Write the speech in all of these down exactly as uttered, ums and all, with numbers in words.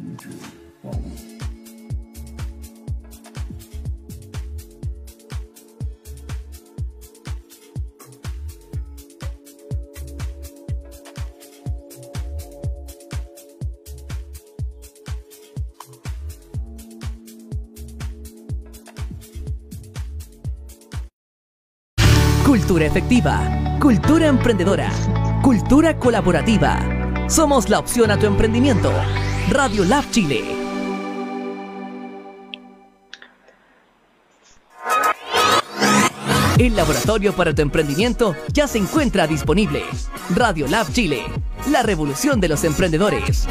Cultura efectiva, cultura emprendedora, cultura colaborativa. Somos la opción a tu emprendimiento. Radiolab Chile. El laboratorio para tu emprendimiento ya se encuentra disponible. Radiolab Chile, la revolución de los emprendedores.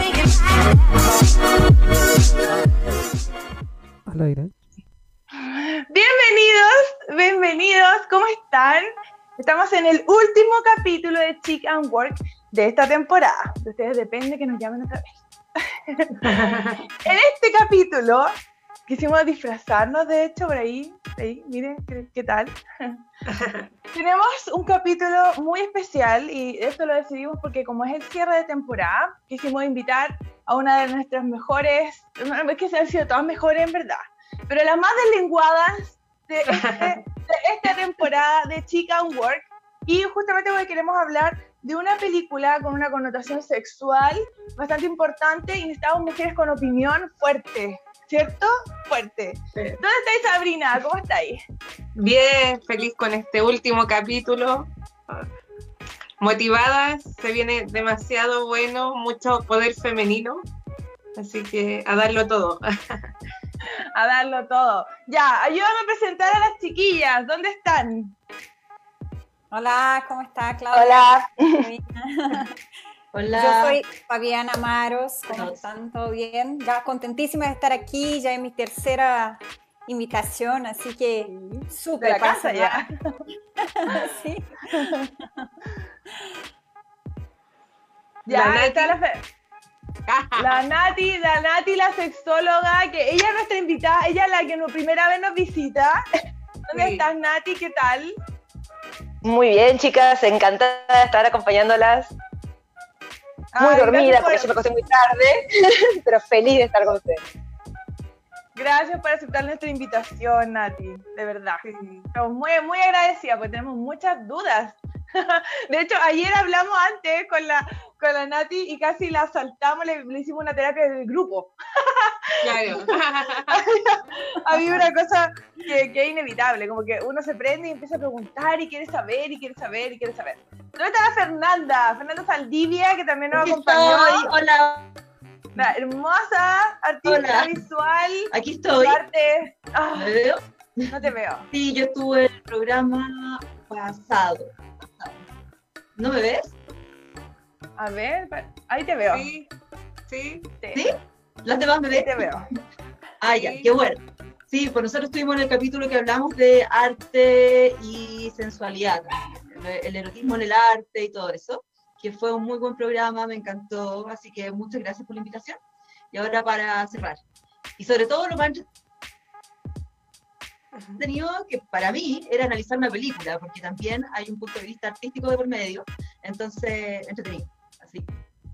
Al aire. Bienvenidos, bienvenidos, ¿cómo están? Estamos en el último capítulo de Chic and Work de esta temporada. De ustedes depende que nos llamen otra vez. En este capítulo quisimos disfrazarnos, de hecho, por ahí, ahí miren qué, qué tal. Tenemos un capítulo muy especial y esto lo decidimos porque como es el cierre de temporada, quisimos invitar a una de nuestras mejores, es que se han sido todas mejores en verdad, pero las más deslenguadas de, este, de esta temporada de Chic and Work, y justamente porque queremos hablar de una película con una connotación sexual bastante importante y necesitamos mujeres con opinión fuerte, ¿cierto? Fuerte. Sí. ¿Dónde estáis, Sabrina? ¿Cómo estáis? Bien, feliz con este último capítulo. Motivadas, se viene demasiado bueno, mucho poder femenino, así que a darlo todo. A darlo todo. Ya, ayúdame a presentar a las chiquillas. ¿Dónde están? Hola, ¿cómo está, Claudia? Hola. Hola. Yo soy Fabiana Maros. ¿Cómo están? ¿Todo bien? Ya contentísima de estar aquí. Ya es mi tercera invitación, así que súper. De la casa ya. Sí. Ya, la está la fe. La Nati, la Nati, la sexóloga, que ella es nuestra invitada, ella es la que por primera vez nos visita. ¿Dónde sí. estás, Nati? ¿Qué tal? Muy bien, chicas, encantada de estar acompañándolas. Muy Ay, dormida, por... porque yo me acosté muy tarde, pero feliz de estar con ustedes. Gracias por aceptar nuestra invitación, Nati, de verdad. Estamos muy, muy agradecidas porque tenemos muchas dudas. De hecho, ayer hablamos antes con la, con la Nati y casi la saltamos, le, le hicimos una terapia del grupo. Claro. Había una cosa que, que es inevitable, como que uno se prende y empieza a preguntar y quiere saber y quiere saber y quiere saber. ¿Dónde está la Fernanda? Fernanda Saldivia, que también nos Aquí acompañó. Estoy. Hola. La hermosa artista Hola. visual. Aquí estoy. Arte. Oh, ¿Me veo? no te veo. Sí, yo estuve en el programa pasado. ¿No me ves? A ver, ahí te veo. Sí, sí. ¿Sí? ¿Las demás me ven? Ahí te veo. Ah, ya, qué bueno. Sí, pues nosotros estuvimos en el capítulo que hablamos de arte y sensualidad, el erotismo en el arte y todo eso, que fue un muy buen programa, me encantó, así que muchas gracias por la invitación. Y ahora para cerrar. Y sobre todo lo más entretenido que para mí era analizar una película, porque también hay un punto de vista artístico de por medio, entonces entretenido, así.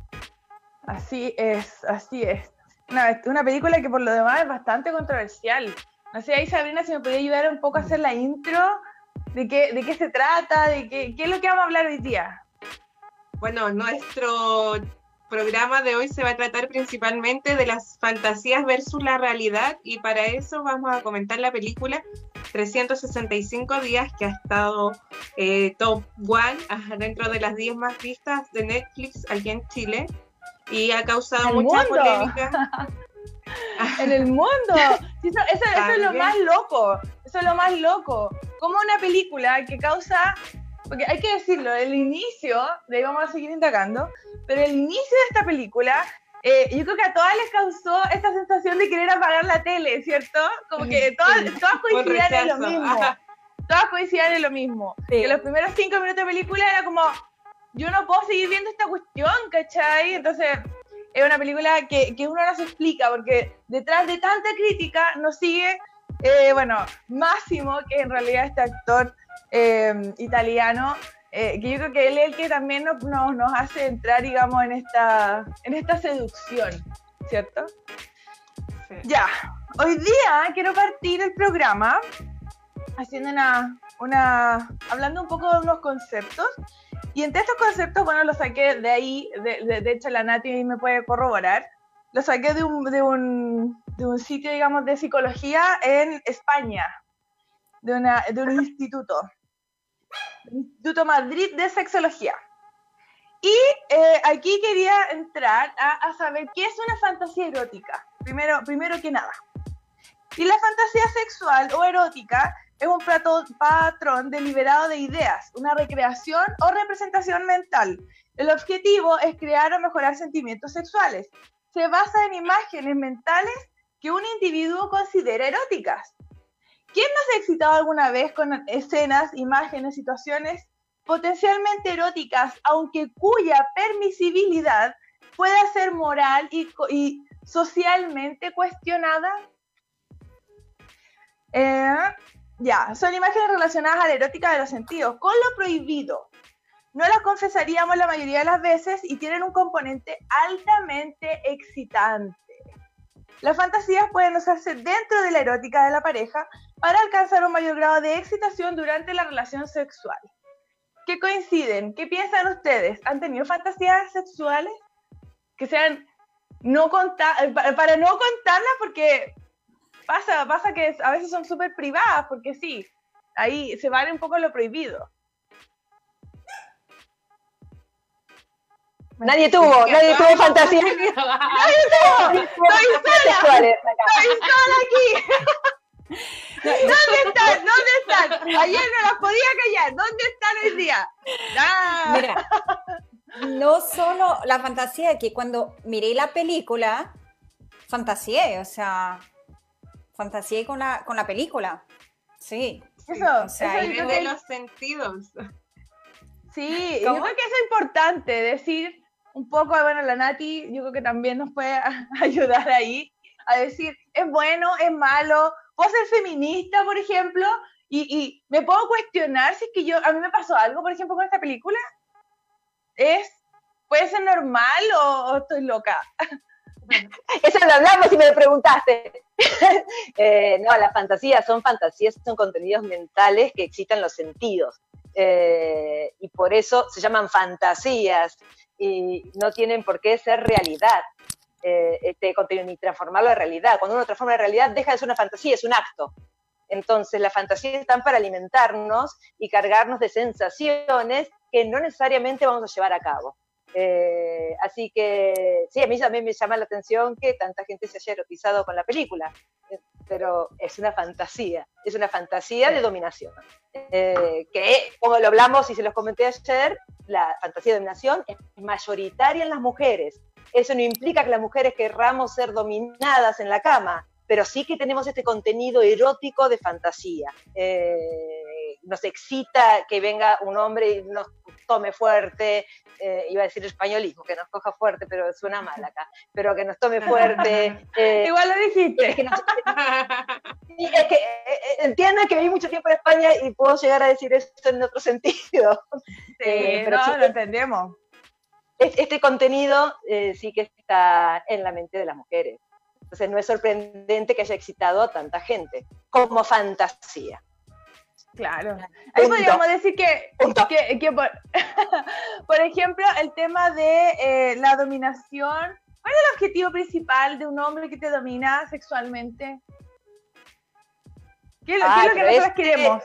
Así es, así es. Una, una película que por lo demás es bastante controversial. No sé, ahí Sabrina, si me podía ayudar un poco a hacer la intro, de qué, de qué se trata, de qué, qué es lo que vamos a hablar hoy día. Bueno, nuestro programa de hoy se va a tratar principalmente de las fantasías versus la realidad, y para eso vamos a comentar la película trescientos sesenta y cinco días, que ha estado eh, top one dentro de las diez más vistas de Netflix aquí en Chile y ha causado mucha mundo. polémica. En el mundo. Sí, eso, eso, eso es lo más loco. Eso es lo más loco. Como una película que causa... Porque hay que decirlo, el inicio, de ahí vamos a seguir indagando, pero el inicio de esta película, eh, yo creo que a todas les causó esta sensación de querer apagar la tele, ¿cierto? Como que todas, todas coincidían en lo mismo. Todas coincidían en lo mismo. Sí. Que los primeros cinco minutos de película era como, yo no puedo seguir viendo esta cuestión, ¿cachai? Entonces, es una película que, que uno no se explica, porque detrás de tanta crítica nos sigue, eh, bueno, Máximo, que en realidad este actor eh, italiano, eh, que yo creo que él es el que también nos, nos, nos hace entrar, digamos, en esta, en esta seducción. ¿cierto? Sí. Ya, hoy día quiero partir el programa haciendo una, una, hablando un poco de unos conceptos, y entre estos conceptos, bueno, los saqué de ahí, de, de, de hecho la Nati ahí me puede corroborar, los saqué de un, de, un, de un sitio, digamos, de psicología en España, de, una, de un instituto, Instituto Madrid de Sexología. Y eh, aquí quería entrar a, a saber qué es una fantasía erótica, primero, primero que nada. Y la fantasía sexual o erótica es un plato, patrón deliberado de ideas, una recreación o representación mental. El objetivo es crear o mejorar sentimientos sexuales. Se basa en imágenes mentales que un individuo considera eróticas. ¿Quién no se ha excitado alguna vez con escenas, imágenes, situaciones potencialmente eróticas, aunque cuya permisibilidad pueda ser moral y, y socialmente cuestionada? Eh, ya, son imágenes relacionadas a la erótica de los sentidos, con lo prohibido. No las confesaríamos la mayoría de las veces y tienen un componente altamente excitante. Las fantasías pueden usarse dentro de la erótica de la pareja para alcanzar un mayor grado de excitación durante la relación sexual. ¿Qué coinciden? ¿Qué piensan ustedes? ¿Han tenido fantasías sexuales? Que sean no contar, para no contarlas, porque pasa, pasa que a veces son súper privadas, porque sí, ahí se vale un poco lo prohibido. Nadie tuvo, nadie tuvo fantasía. ¡Nadie tuvo! ¡Estoy sola! ¡Estoy sola aquí! ¿Dónde están? ¿Dónde están? Ayer no las podía callar. ¿Dónde están hoy día? ¡Ah! Mira, no solo la fantasía, que cuando miré la película, fantaseé, o sea, fantaseé con la, con la película. Sí. Eso, o sea, eso Vive de los sentidos. Sí, ¿Cómo? yo creo que es importante decir un poco, bueno, la Nati, yo creo que también nos puede ayudar ahí, a decir, es bueno, es malo, puedo ser feminista, por ejemplo, y, y me puedo cuestionar si es que yo, a mí me pasó algo, por ejemplo, con esta película, es, puede ser normal o, o estoy loca. Eso lo hablamos y me lo preguntaste. eh, no, las fantasías son fantasías, son contenidos mentales que excitan los sentidos. Eh, y por eso se llaman fantasías y no tienen por qué ser realidad, eh, este contenido, ni transformarlo en realidad. Cuando uno transforma en realidad, deja de ser una fantasía, es un acto. Entonces, las fantasías están para alimentarnos y cargarnos de sensaciones que no necesariamente vamos a llevar a cabo. Eh, así que, sí, a mí también me llama la atención que tanta gente se haya erotizado con la película, eh, pero es una fantasía, es una fantasía de dominación. Eh, que, como lo hablamos y se los comenté ayer, la fantasía de dominación es mayoritaria en las mujeres. Eso no implica que las mujeres querramos ser dominadas en la cama, pero sí que tenemos este contenido erótico de fantasía. Eh, nos excita que venga un hombre y nos tome fuerte, eh, iba a decir españolismo, que nos coja fuerte, pero suena mal acá, pero que nos tome fuerte. Eh, Igual lo dijiste. Es que, nos, es que eh, entiendan que viví mucho tiempo en España y puedo llegar a decir eso en otro sentido. Sí, Eh, pero no, sí, lo entendemos. este contenido eh, sí que está en la mente de las mujeres. Entonces no es sorprendente que haya excitado a tanta gente, como fantasía. Claro. Ahí Punto. podríamos decir que, Punto. que, que por, por ejemplo, el tema de eh, la dominación. ¿Cuál es el objetivo principal de un hombre que te domina sexualmente? ¿Qué es lo, Ah, qué es lo que pero nosotros ese- queremos?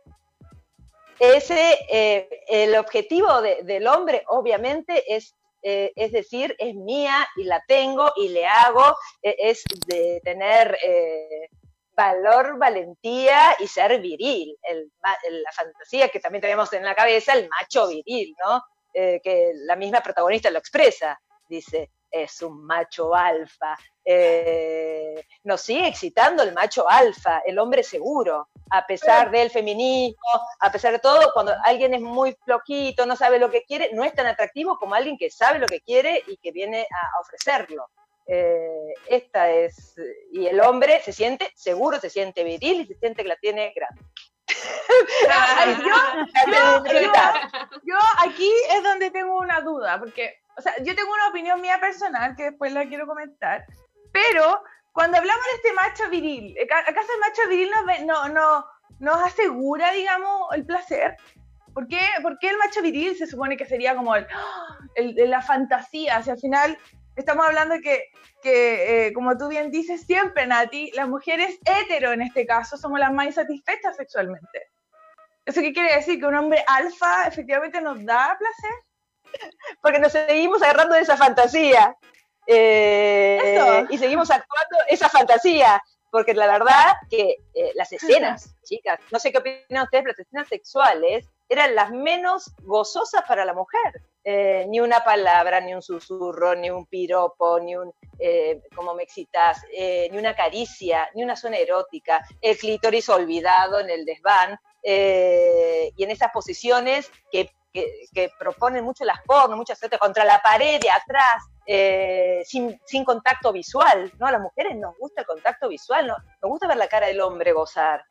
Ese, eh, el objetivo de- del hombre, obviamente, es, eh, es decir, es mía y la tengo y le hago, eh, es de tener eh, valor, valentía y ser viril. El ma- el- la fantasía que también tenemos en la cabeza, el macho viril, ¿no? Eh, que la misma protagonista lo expresa, dice, es un macho alfa. Eh, nos sigue excitando el macho alfa, el hombre seguro, a pesar del feminismo, a pesar de todo, cuando alguien es muy flojito, no sabe lo que quiere, no es tan atractivo como alguien que sabe lo que quiere y que viene a ofrecerlo. Eh, esta es, y el hombre se siente seguro, se siente viril y se siente que la tiene grande. Ay, yo, yo, yo, yo aquí es donde tengo una duda, porque o sea, yo tengo una opinión mía personal que después la quiero comentar, pero cuando hablamos de este macho viril, ¿acaso el macho viril nos, no, no, nos asegura, digamos, el placer? ¿Por qué, ¿Por qué el macho viril se supone que sería como el, el, el la fantasía? O sea, al final estamos hablando que, que eh, como tú bien dices siempre, Nati, las mujeres hetero en este caso somos las más insatisfechas sexualmente. ¿Eso qué quiere decir? ¿Que un hombre alfa efectivamente nos da placer? Porque nos seguimos agarrando de esa fantasía. Eh, y seguimos actuando esa fantasía. Porque la verdad que eh, las escenas, chicas, no sé qué opinan ustedes, pero las escenas sexuales eran las menos gozosas para la mujer. Eh, ni una palabra, ni un susurro, ni un piropo, ni un eh, como me excitas, eh, ni una caricia, ni una zona erótica, el clítoris olvidado en el desván, eh, y en esas posiciones que, que, que proponen mucho las porno, muchas veces contra la pared de atrás, eh, sin, sin contacto visual, ¿no? A las mujeres nos gusta el contacto visual, ¿no? Nos gusta ver la cara del hombre gozar,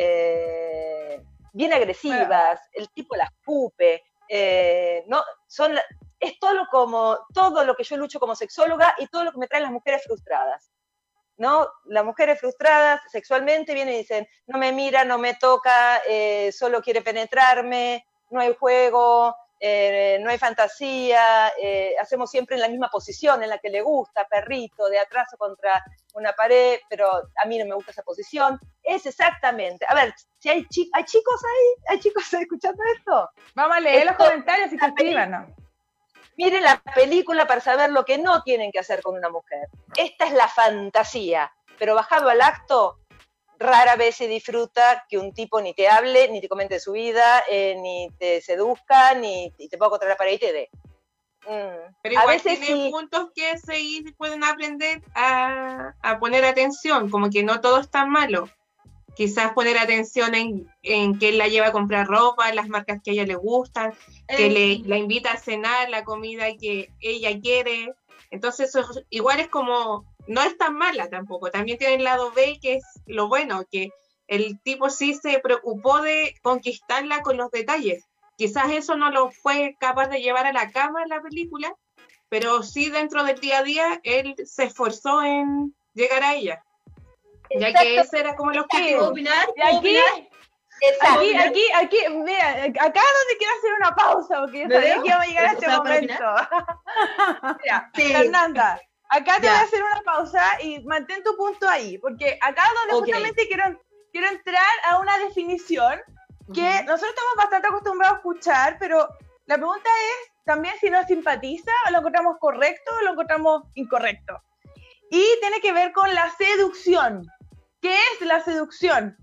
eh, bien agresivas, bueno. El tipo las escupe, eh, no, son, es todo lo, como, todo lo que yo lucho como sexóloga y todo lo que me traen las mujeres frustradas, ¿no? Las mujeres frustradas sexualmente vienen y dicen, no me mira, no me toca, eh, solo quiere penetrarme, no hay juego, eh, no hay fantasía, eh, hacemos siempre en la misma posición en la que le gusta, perrito, de atrás o contra una pared, pero a mí no me gusta esa posición. Es exactamente, a ver, si hay, chi ¿hay chicos ahí, hay chicos escuchando esto. Vamos a leer esto, los comentarios y que escriban, ¿no? Miren la película para saber lo que no tienen que hacer con una mujer. Esta es la fantasía, pero bajado al acto, rara vez se disfruta que un tipo ni te hable, ni te comente su vida, eh, ni te seduzca, ni, ni te ponga contra la pared y te dé. Mm. Pero igual tiene sí. puntos que se pueden aprender a, a poner atención, como que no todo es tan malo. Quizás poner atención en, en que él la lleva a comprar ropa, las marcas que a ella le gustan, que eh. le, la invita a cenar, la comida que ella quiere. Entonces eso igual es como, no es tan mala tampoco. También tiene el lado B, que es lo bueno, que el tipo sí se preocupó de conquistarla con los detalles. Quizás eso no lo fue capaz de llevar a la cama en la película, pero sí dentro del día a día él se esforzó en llegar a ella. Ya Exacto. que ese era como el objetivo. ¿Puedo opinar? ¿Puedo aquí, opinar? aquí, aquí, aquí, mira, acá donde quiero hacer una pausa, porque yo sabía que íbamos a llegar a este momento. Mira, sí. Fernanda, acá te ya. voy a hacer una pausa y mantén tu punto ahí, porque acá donde okay. justamente quiero, quiero entrar a una definición que uh-huh. nosotros estamos bastante acostumbrados a escuchar, pero la pregunta es también si nos simpatiza, o lo encontramos correcto o lo encontramos incorrecto. Y tiene que ver con la seducción. ¿Qué es la seducción?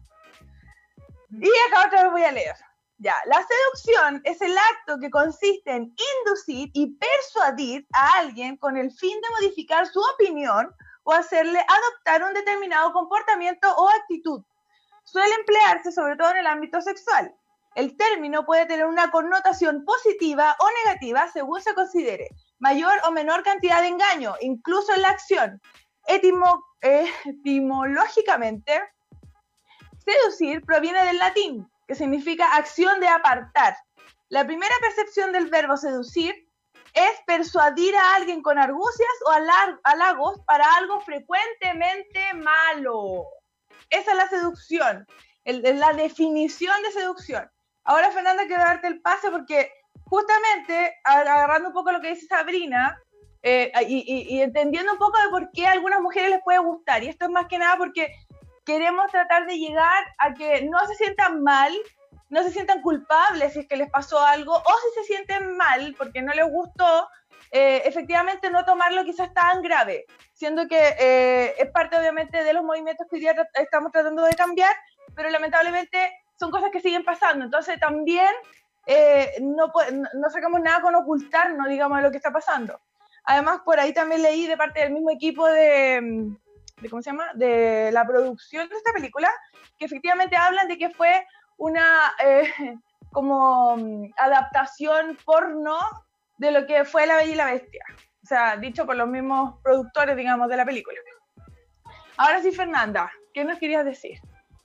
Y acá otra vez voy a leer. Ya, la seducción es el acto que consiste en inducir y persuadir a alguien con el fin de modificar su opinión o hacerle adoptar un determinado comportamiento o actitud. Suele emplearse sobre todo en el ámbito sexual. El término puede tener una connotación positiva o negativa según se considere. Mayor o menor cantidad de engaño, incluso en la acción. Etimo, eh, etimológicamente, seducir proviene del latín, que significa acción de apartar. La primera percepción del verbo seducir es persuadir a alguien con argucias o halagos para algo frecuentemente malo. Esa es la seducción, el, la definición de seducción. Ahora, Fernanda, quiero darte el pase porque justamente, agarrando un poco lo que dice Sabrina, eh, y, y, y entendiendo un poco de por qué a algunas mujeres les puede gustar, y esto es más que nada porque queremos tratar de llegar a que no se sientan mal, no se sientan culpables si es que les pasó algo, o si se sienten mal porque no les gustó, eh, efectivamente no tomarlo quizás tan grave, siendo que eh, es parte obviamente de los movimientos que hoy día tra- estamos tratando de cambiar, pero lamentablemente son cosas que siguen pasando, entonces también eh, no, no sacamos nada con ocultarnos, digamos, de lo que está pasando. Además, por ahí también leí de parte del mismo equipo de, de ¿cómo se llama?, de la producción de esta película, que efectivamente hablan de que fue una eh, como adaptación porno de lo que fue La Bella y la Bestia, o sea, dicho por los mismos productores, digamos, de la película. Ahora sí, Fernanda, ¿qué nos querías decir?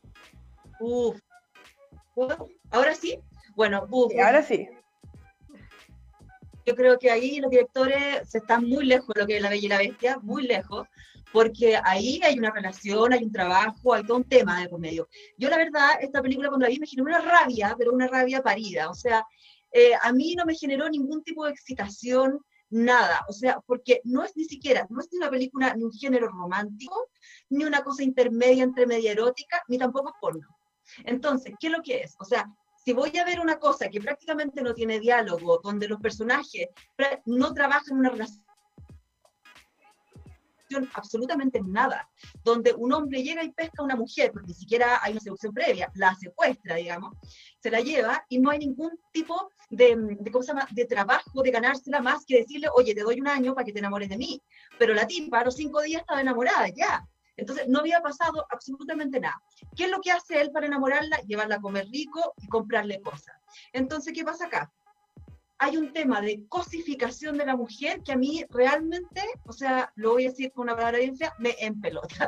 Uf. ¿Ahora sí? Bueno, uf, sí, ahora sí. yo creo que ahí los directores se están muy lejos de lo que es La Bella y la Bestia, muy lejos, porque ahí hay una relación, hay un trabajo, hay todo un tema de por medio. Yo la verdad, esta película cuando la vi me generó una rabia, pero una rabia parida, o sea, eh, a mí no me generó ningún tipo de excitación, nada, o sea, porque no es ni siquiera, no es ni una película, ni un género romántico, ni una cosa intermedia entre media erótica, ni tampoco es porno. Entonces, ¿qué es lo que es? O sea, si voy a ver una cosa que prácticamente no tiene diálogo, donde los personajes no trabajan una relación absolutamente nada, donde un hombre llega y pesca a una mujer, porque ni siquiera hay una seducción previa, la secuestra, digamos, se la lleva y no hay ningún tipo de, de, ¿cómo se llama?, de trabajo, de ganársela más que decirle, oye, te doy un año para que te enamores de mí, pero la tipa a los cinco días estaba enamorada, ya. Entonces no había pasado absolutamente nada. ¿Qué es lo que hace él para enamorarla? Llevarla a comer rico y comprarle cosas. Entonces, ¿qué pasa acá? Hay un tema de cosificación de la mujer que a mí realmente, o sea, lo voy a decir con una palabra bien fea, me empelota.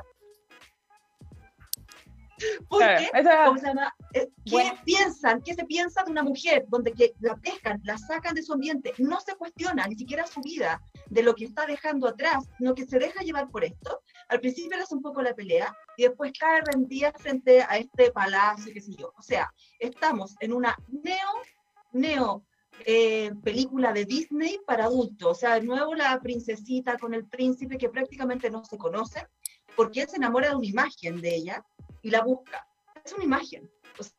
Porque, claro, ¿cómo se llama? ¿Qué bueno. piensan? ¿Qué se piensa de una mujer donde que la pescan, la sacan de su ambiente? No se cuestiona ni siquiera su vida, de lo que está dejando atrás, sino que se deja llevar por esto. Al principio le hace un poco la pelea y después cae rendida frente a este palacio, qué sé yo. O sea, estamos en una neo, neo eh, película de Disney para adultos. O sea, de nuevo la princesita con el príncipe que prácticamente no se conocen, porque él se enamora de una imagen de ella y la busca. Es una imagen. O sea,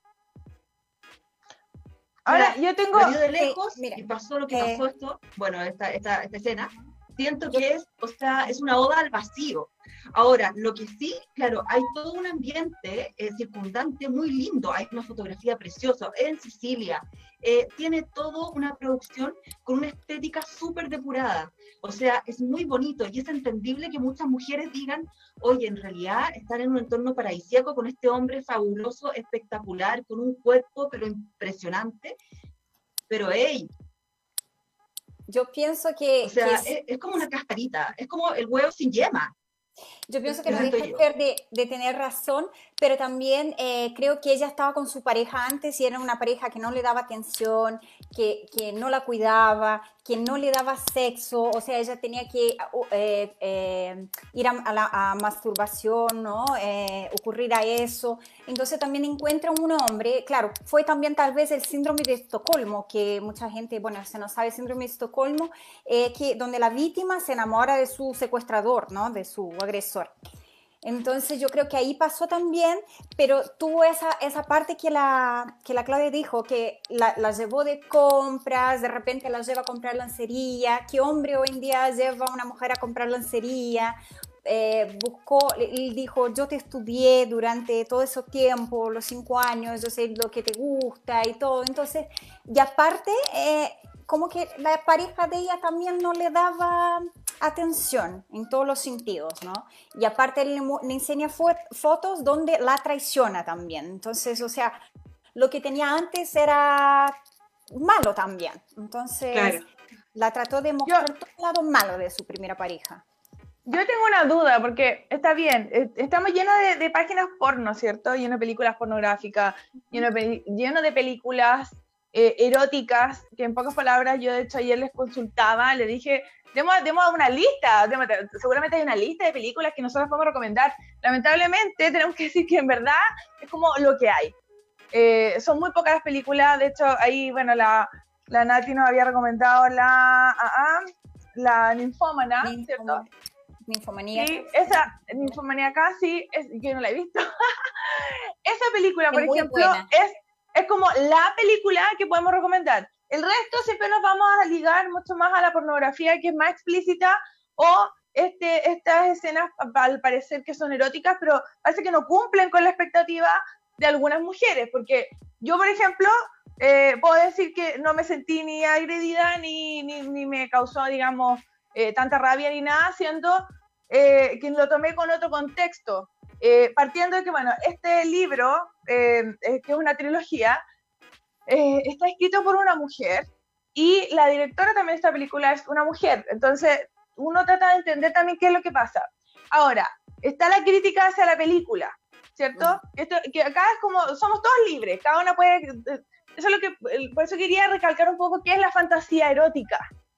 ahora, yo tengo... La vio de lejos sí, mira, y pasó lo que eh, pasó esto, bueno, esta, esta, esta escena, siento que es, o sea, es una oda al vacío. Ahora, lo que sí, claro, hay todo un ambiente eh, circundante muy lindo, hay una fotografía preciosa en Sicilia, eh, tiene todo una producción con una estética súper depurada, o sea, es muy bonito y es entendible que muchas mujeres digan, oye, en realidad están en un entorno paradisíaco con este hombre fabuloso, espectacular, con un cuerpo pero impresionante, pero hey, yo pienso que... o sea, que es, es, es como una cascarita, es como el huevo sin yema. Yo pienso que no deja de, de tener razón, pero también eh, creo que ella estaba con su pareja antes y era una pareja que no le daba atención, que, que no la cuidaba, que no le daba sexo, o sea, ella tenía que eh, eh, ir a, a la a masturbación, ¿no? Eh, ocurrir a eso. Entonces también encuentra un hombre, claro, fue también tal vez el síndrome de Estocolmo, que mucha gente, bueno, se no sabe el síndrome de Estocolmo, eh, que, donde la víctima se enamora de su secuestrador, ¿no? De su agresor. Entonces yo creo que ahí pasó también, pero tuvo esa, esa parte que la, que la Claudia dijo, que la, la llevó de compras, de repente la lleva a comprar lencería. ¿Qué hombre hoy en día lleva a una mujer a comprar lencería? Eh, buscó, él dijo, yo te estudié durante todo ese tiempo, los cinco años, yo sé lo que te gusta y todo. Entonces, y aparte, eh, como que la pareja de ella también no le daba atención en todos los sentidos, ¿no? Y aparte le, le enseña fo fotos donde la traiciona también. Entonces, o sea, lo que tenía antes era malo también. Entonces, claro, la trató de mostrar yo, todo el lado malo de su primera pareja. Yo tengo una duda, porque está bien, estamos llenos de, de páginas porno, ¿cierto? Lleno de películas pornográficas, lleno de, lleno de películas eh, eróticas, que en pocas palabras yo de hecho ayer les consultaba, le dije, demos, demos una lista, demos, seguramente hay una lista de películas que nosotros podemos recomendar. Lamentablemente tenemos que decir que en verdad es como lo que hay. Eh, son muy pocas las películas, de hecho ahí, bueno, la, la Nati nos había recomendado la, uh, uh, la Ninfómana, ¿cierto? Ninfomanía. Sí, esa Ninfomanía casi, es, yo no la he visto. Esa película, por es ejemplo, es, es como la película que podemos recomendar. El resto siempre nos vamos a ligar mucho más a la pornografía, que es más explícita, o este, estas escenas al parecer que son eróticas, pero parece que no cumplen con la expectativa de algunas mujeres, porque yo, por ejemplo, eh, puedo decir que no me sentí ni agredida, ni, ni, ni me causó, digamos, eh, tanta rabia ni nada, siendo eh, que lo tomé con otro contexto, eh, partiendo de que, bueno, este libro, eh, eh, que es una trilogía, eh, está escrito por una mujer, y la directora también de esta película es una mujer, entonces uno trata de entender también qué es lo que pasa. Ahora, está la crítica hacia la película, ¿cierto? Esto, que acá es como, somos todos libres, cada una puede, eso es lo que, por eso quería recalcar un poco qué es la fantasía erótica,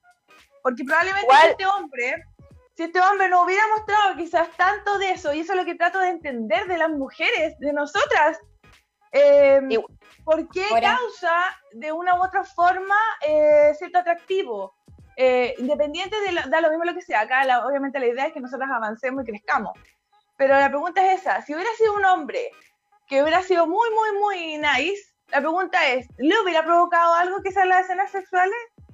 Porque probablemente ¿Cuál? si este hombre, si este hombre no hubiera mostrado quizás tanto de eso, y eso es lo que trato de entender de las mujeres, de nosotras, eh, Y- ¿por qué Ahora. causa de una u otra forma eh, cierto atractivo? Eh, independiente de, la- da lo mismo lo que sea, acá la- obviamente la idea es que nosotros avancemos y crezcamos. Pero la pregunta es esa, si hubiera sido un hombre que hubiera sido muy, muy, muy nice, la pregunta es, ¿le hubiera provocado algo que sean las escenas sexuales?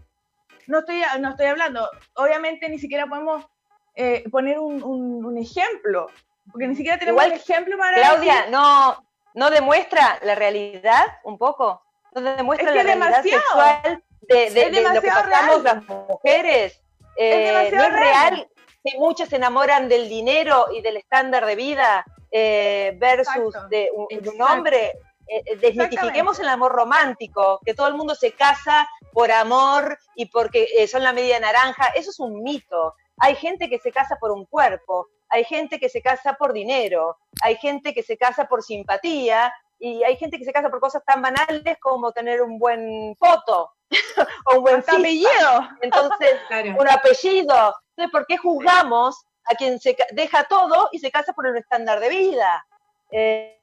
No estoy, no estoy hablando, obviamente ni siquiera podemos eh, poner un, un, un ejemplo, porque ni siquiera tenemos Igual, un ejemplo para Claudia, decir, ¿no, ¿no demuestra la realidad un poco? ¿No demuestra Es que la realidad demasiado. sexual de, de- Es de lo que demasiado pasamos real. las mujeres? Eh, demasiado ¿No es real. real que muchas se enamoran del dinero y del estándar de vida eh, versus Exacto. de un, de un Exacto. hombre? Eh, eh, desmitifiquemos Exactamente. el amor romántico, que todo el mundo se casa por amor y porque eh, son la media naranja. Eso es un mito. Hay gente que se casa por un cuerpo, hay gente que se casa por dinero, hay gente que se casa por simpatía y hay gente que se casa por cosas tan banales como tener un buen foto o un buen Hasta six-pack. apellido. Entonces, Claro. un apellido. Entonces, ¿por qué juzgamos a quien se ca- deja todo y se casa por un estándar de vida? Eh,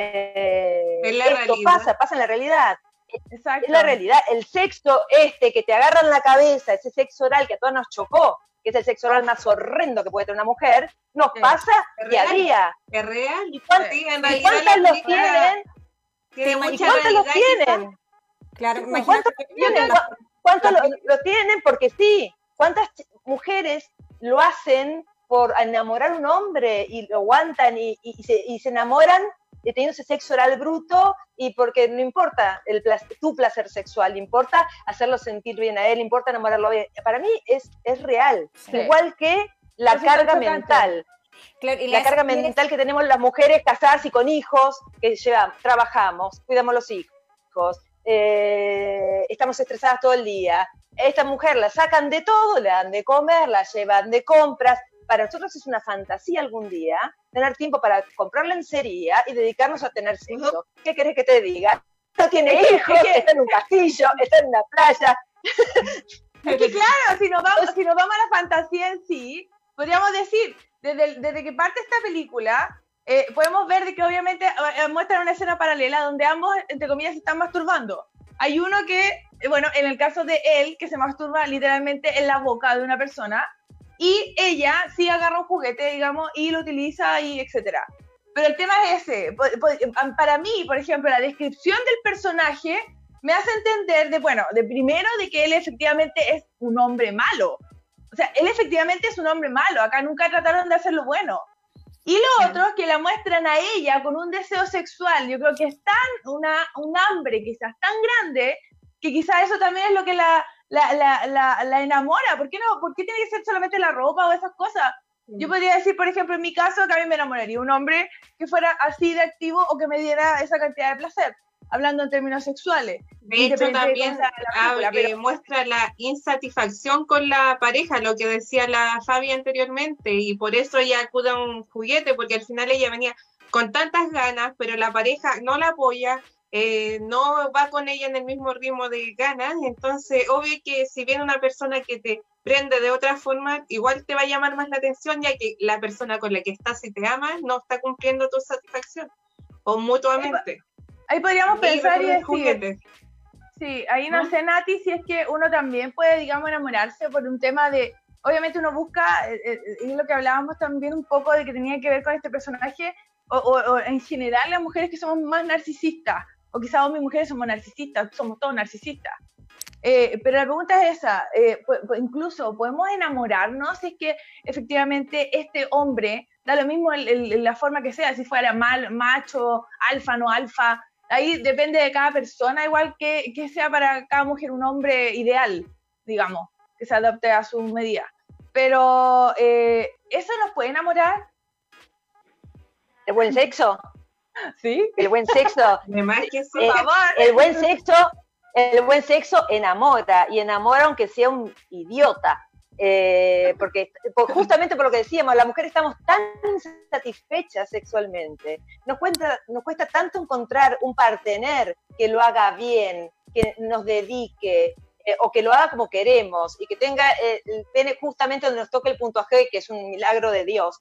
eh, Es la esto realidad. pasa, pasa en la realidad. Exacto. Es la realidad. El sexo este que te agarra en la cabeza, ese sexo oral que a todas nos chocó, que es el sexo oral más horrendo que puede tener una mujer, nos Sí. pasa Es día a real. día. ¿Es real? ¿Y cuántas, Sí, en y realidad cuántas la los película tienen? tiene ¿Y ¿Y mucha cuántos los realidad, tienen? Claro, Sí, imagínate ¿cuántos que tienen? la- ¿Cu- ¿Cuántos la lo, lo tienen? Porque sí. ¿Cuántas ch- mujeres lo hacen por enamorar a un hombre y lo aguantan y, y- y se, y se enamoran de teniendo ese sexo oral bruto y porque no importa el placer, tu placer sexual, importa hacerlo sentir bien a él, importa enamorarlo bien. Para mí es, es real. Sí. Igual que la Eso es carga chocante. mental. Claro, y La las carga mujeres- mental que tenemos las mujeres casadas y con hijos, que llevamos, trabajamos, cuidamos los hijos, eh, estamos estresadas todo el día. Esta mujer la sacan de todo, le dan de comer, la llevan de compras. Para nosotros es una fantasía algún día tener tiempo para comprar lencería y dedicarnos a tener sexo. ¿Qué querés que te diga? No tiene hijos, está en un castillo, está en una playa. Es que claro, si nos vamos, si nos vamos a la fantasía en sí, podríamos decir, desde, el- desde que parte esta película, eh, podemos ver de que obviamente eh, muestran una escena paralela donde ambos, entre comillas, se están masturbando. Hay uno que, eh, bueno, en el caso de él, que se masturba literalmente en la boca de una persona, y ella sí agarra un juguete, digamos, y lo utiliza y etcétera. Pero el tema es ese. Po- po- Para mí, por ejemplo, la descripción del personaje me hace entender de, bueno, de primero de que él efectivamente es un hombre malo. O sea, él efectivamente es un hombre malo. Acá nunca trataron de hacerlo bueno. Y lo otro es que la muestran a ella con un deseo sexual. Yo creo que es tan una, un hambre quizás tan grande que quizás eso también es lo que la, la, la, la, la enamora. ¿Por qué no? ¿Por qué tiene que ser solamente la ropa o esas cosas? Yo podría decir, por ejemplo, en mi caso, que a mí me enamoraría un hombre que fuera así de activo o que me diera esa cantidad de placer, hablando en términos sexuales. De hecho, Independiente de también cómo sea la película, ah, pero- eh, muestra la insatisfacción con la pareja, lo que decía la Fabi anteriormente, y por eso ella acude a un juguete, porque al final ella venía con tantas ganas, pero la pareja no la apoya, eh, no va con ella en el mismo ritmo de ganas, entonces obvio que si viene una persona que te prende de otra forma, igual te va a llamar más la atención, ya que la persona con la que estás y te amas no está cumpliendo tu satisfacción, o mutuamente. Ahí podríamos pensar y Libre decir, juguetes. sí, ahí no sé, Nati, si es que uno también puede, digamos, enamorarse por un tema de, obviamente uno busca, eh, eh, y lo que hablábamos también un poco de que tenía que ver con este personaje, o, o, o en general las mujeres que somos más narcisistas, o quizás hombres y mujeres somos narcisistas, somos todos narcisistas. Eh, pero la pregunta es esa, eh, pues, pues, incluso podemos enamorarnos si es que efectivamente este hombre, da lo mismo el, el, la forma que sea, si fuera mal, macho, alfa, no alfa, ahí depende de cada persona, igual que, que sea para cada mujer un hombre ideal, digamos, que se adapte a su medida. Pero, eh, ¿eso nos puede enamorar? ¿El buen sexo? ¿Sí? El buen sexo. Además que sí. Eh, Por favor. el buen sexo, el buen sexo enamora, y enamora aunque sea un idiota. Eh, porque por, justamente por lo que decíamos, las mujeres estamos tan insatisfechas sexualmente, nos cuesta, nos cuesta tanto encontrar un partener que lo haga bien, que nos dedique, eh, o que lo haga como queremos, y que tenga eh, el pene justamente donde nos toque el punto G, que es un milagro de Dios,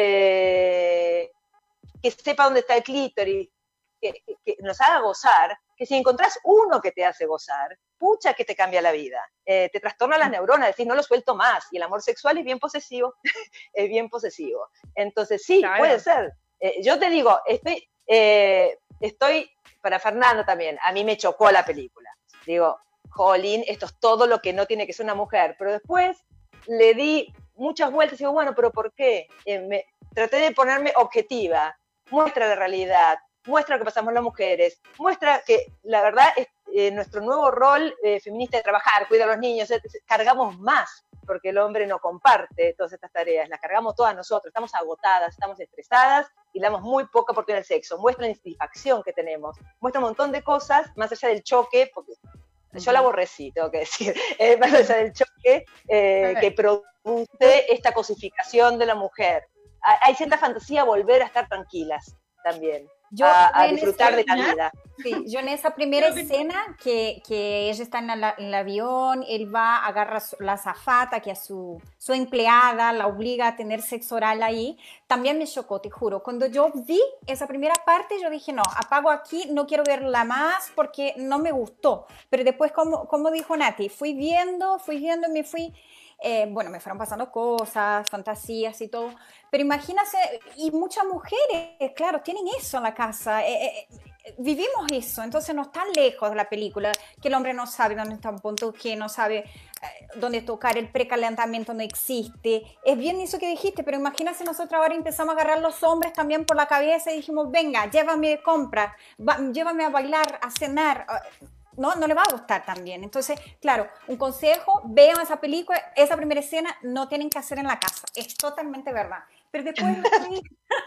eh, que sepa dónde está el clítoris, que, que, que nos haga gozar, que si encontrás uno que te hace gozar, pucha que te cambia la vida, eh, te trastorna las neuronas, decís, no lo suelto más, y el amor sexual es bien posesivo, es bien posesivo. Entonces sí, claro, puede ser. Eh, yo te digo, estoy, eh, estoy, para Fernando también, a mí me chocó la película. Digo, jolín, esto es todo lo que no tiene que ser una mujer, pero después le di muchas vueltas y digo, bueno, pero ¿por qué? Eh, me, traté de ponerme objetiva, muestra la realidad, muestra lo que pasamos las mujeres, muestra que la verdad es eh, nuestro nuevo rol eh, feminista de trabajar, cuidar a los niños, eh, cargamos más, porque el hombre no comparte todas estas tareas, las cargamos todas nosotros, estamos agotadas, estamos estresadas y le damos muy poca oportunidad al sexo, muestra la insatisfacción que tenemos, muestra un montón de cosas, más allá del choque, porque yo la aborrecí, tengo que decir, eh, más allá del choque eh, que produce esta cosificación de la mujer. Hay cierta fantasía a volver a estar tranquilas también. Yo, a, a disfrutar de la vida. Sí, yo en esa primera escena que, que ella está en, la, en el avión, él va, agarra la azafata, que es su, su empleada, la obliga a tener sexo oral ahí, también me chocó, te juro. Cuando yo vi esa primera parte, yo dije, no, apago aquí, no quiero verla más porque no me gustó. Pero después, como, como dijo Nati, fui viendo, fui viendo y me fui... Eh, bueno, me fueron pasando cosas, fantasías y todo, pero imagínate, y muchas mujeres, claro, tienen eso en la casa, eh, eh, vivimos eso, entonces no está lejos de la película, que el hombre no sabe dónde está un punto G, no sabe eh, dónde tocar, el precalentamiento no existe, es bien eso que dijiste, pero imagínate nosotros ahora empezamos a agarrar los hombres también por la cabeza y dijimos, venga, llévame de compras, llévame a bailar, a cenar. No, no le va a gustar también. Entonces, claro, un consejo, vean esa película, esa primera escena no tienen que hacer en la casa, es totalmente verdad. Pero después me fui,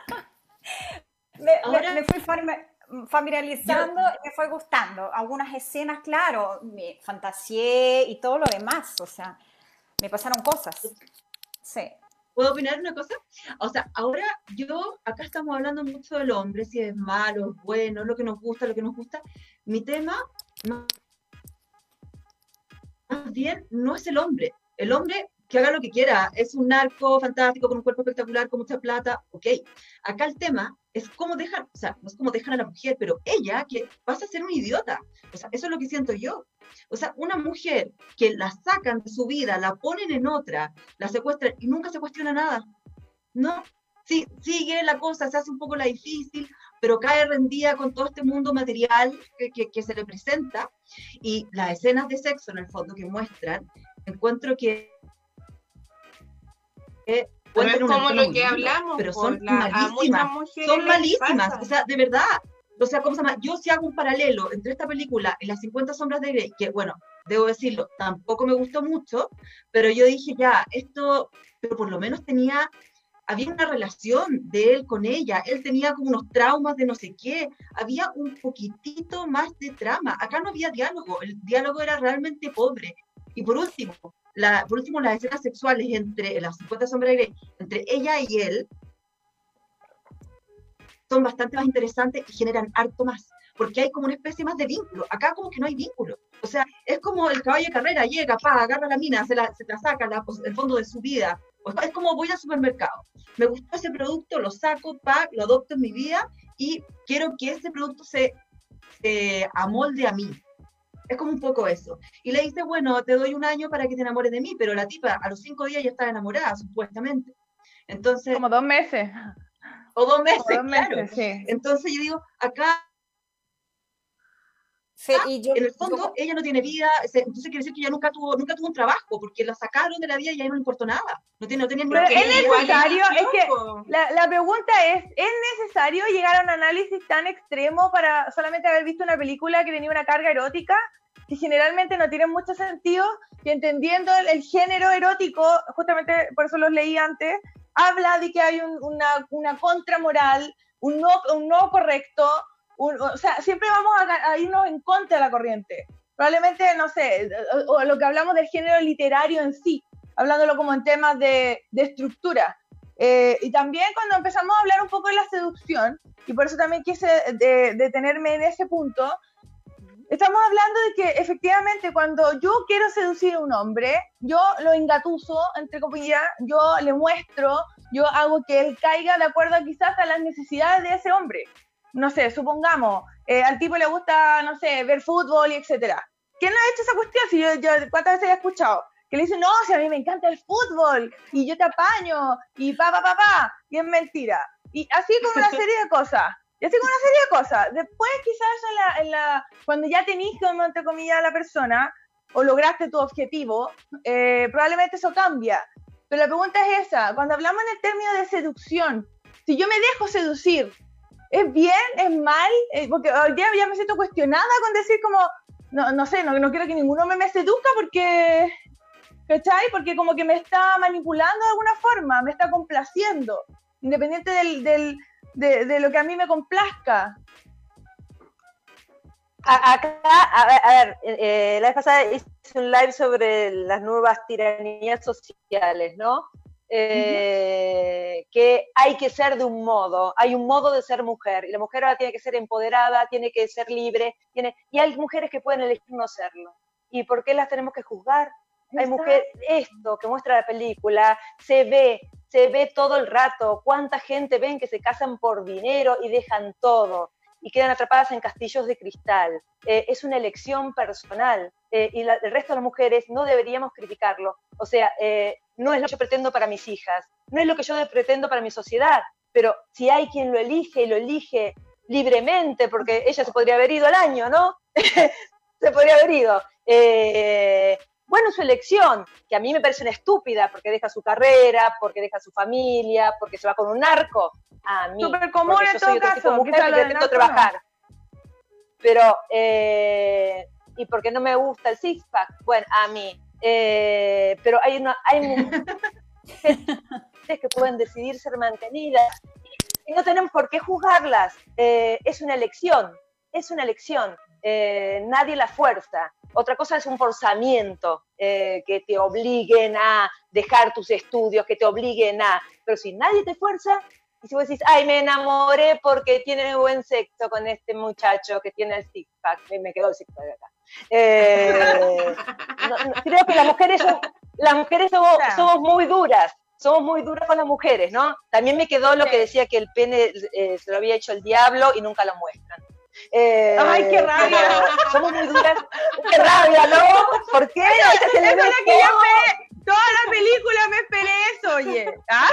me, Ahora, me, me fui familiarizando yo, y me fue gustando. Algunas escenas, claro, me fantaseé y todo lo demás, o sea, me pasaron cosas. Sí. ¿Puedo opinar una cosa? O sea, ahora yo, acá estamos hablando mucho del hombre, si es malo, es bueno, lo que nos gusta, lo que nos gusta. Mi tema, más bien, no es el hombre. El hombre que haga lo que quiera, es un narco fantástico, con un cuerpo espectacular, con mucha plata, ok. Acá el tema es cómo dejan, o sea, no es cómo dejan a la mujer, pero ella, que pasa a ser un idiota. O sea, eso es lo que siento yo. O sea, una mujer que la sacan de su vida, la ponen en otra, la secuestran y nunca se cuestiona nada. No, sí, sigue la cosa, se hace un poco la difícil, pero cae rendida con todo este mundo material que, que, que se le presenta. Y las escenas de sexo, en el fondo, que muestran, encuentro que... Eh, pero es como lo que hablamos, pero son la, malísimas, son malísimas, o sea, de verdad. O sea, ¿cómo se llama? Yo sí hago un paralelo entre esta película y las cincuenta sombras de Grey, que bueno, debo decirlo, tampoco me gustó mucho, pero yo dije ya, esto, pero por lo menos tenía, había una relación de él con ella, él tenía como unos traumas de no sé qué, había un poquitito más de trama, acá no había diálogo, el diálogo era realmente pobre. Y por último, la, por último las escenas sexuales entre las cincuenta sombras de Grey, entre ella y él, son bastante más interesantes y generan harto más, porque hay como una especie más de vínculo. Acá como que no hay vínculo. O sea, es como el caballo de carrera, llega, pa, agarra la mina, se la, se la saca, la, el fondo de su vida. O sea, es como voy al supermercado. Me gustó ese producto, lo saco, pa, lo adopto en mi vida y quiero que ese producto se, se amolde a mí. Es como un poco eso. Y le dice, bueno, te doy un año para que te enamores de mí, pero la tipa a los cinco días ya está enamorada, supuestamente. Entonces... Como dos meses. O dos meses, o dos claro. Meses, sí. Entonces yo digo, acá, sí, y yo, en el fondo, yo... ella no tiene vida, entonces quiere decir que ella nunca tuvo, nunca tuvo un trabajo, porque la sacaron de la vida y ya no le importó nada. No, tiene, no tenía Pero es necesario, es que la, la pregunta es, ¿es necesario llegar a un análisis tan extremo para solamente haber visto una película que tenía una carga erótica? Que generalmente no tienen mucho sentido, que entendiendo el, el género erótico, justamente por eso los leí antes, habla de que hay un, una, una contramoral, un no, un no correcto, un, o sea, siempre vamos a, a irnos en contra de la corriente. Probablemente, no sé, o, o lo que hablamos del género literario en sí, hablándolo como en temas de, de estructura. Eh, y también cuando empezamos a hablar un poco de la seducción, y por eso también quise de, detenerme en ese punto, estamos hablando de que efectivamente cuando yo quiero seducir a un hombre, yo lo engatuso, entre comillas, yo le muestro, yo hago que él caiga de acuerdo quizás a las necesidades de ese hombre. No sé, supongamos, eh, al tipo le gusta, no sé, ver fútbol y etcétera. ¿Quién no ha hecho esa cuestión? Si yo, yo ¿cuántas veces he escuchado? Que le dicen, no, si a mí me encanta el fútbol, y yo te apaño, y pa, pa, pa, pa, y es mentira. Y así con una serie de cosas. Y así con una serie de cosas. Después quizás en la, en la, cuando ya tenís como entre comillas a la persona, o lograste tu objetivo, eh, probablemente eso cambia. Pero la pregunta es esa, cuando hablamos en el término de seducción, si yo me dejo seducir, ¿es bien? ¿Es mal? Eh, porque hoy día ya me siento cuestionada con decir como, no, no sé, no, no quiero que ninguno me, me seduzca porque, ¿cachai? Porque como que me está manipulando de alguna forma, me está complaciendo, independiente del, del, de, de lo que a mí me complazca. Acá, a ver, a ver eh, la vez pasada hice un live sobre las nuevas tiranías sociales, ¿no? Eh, uh-huh. Que hay que ser de un modo, hay un modo de ser mujer, y la mujer ahora tiene que ser empoderada, tiene que ser libre, tiene, y hay mujeres que pueden elegir no serlo. ¿Y por qué las tenemos que juzgar? Hay mujeres, esto que muestra la película, se ve, se ve todo el rato, cuánta gente ven que se casan por dinero y dejan todo, y quedan atrapadas en castillos de cristal. Eh, es una elección personal, eh, y la, el resto de las mujeres no deberíamos criticarlo. O sea, eh, no es lo que yo pretendo para mis hijas, no es lo que yo pretendo para mi sociedad, pero si hay quien lo elige y lo elige libremente, porque ella se podría haber ido al año, ¿no? Se podría haber ido. Eh, bueno, su elección, que a mí me parece una estúpida, porque deja su carrera, porque deja su familia, porque se va con un narco. A mí, súper común porque en yo todo soy otro caso, tipo de mujer que intento trabajar. No. Pero, eh, y porque no me gusta el six-pack, bueno, a mí. Eh, pero hay, una, hay mujeres que pueden decidir ser mantenidas y no tenemos por qué juzgarlas. Eh, es una elección, es una elección. Eh, nadie la fuerza. Otra cosa es un forzamiento, eh, que te obliguen a dejar tus estudios, que te obliguen a... Pero si nadie te fuerza, y si vos decís, ay, me enamoré porque tiene buen sexo con este muchacho que tiene el six-pack, me quedó el six-pack de acá. Eh, no, no, creo que las mujeres, son, las mujeres somos, somos muy duras, somos muy duras con las mujeres, ¿no? También me quedó lo que decía que el pene eh, se lo había hecho el diablo y nunca lo muestran. Eh, ¡Ay, qué rabia! Somos muy duras. ¡Qué rabia, ¿no? ¿Por qué? Esa es la que yo esperé. Toda la película me esperé eso, oye. ¿Ah?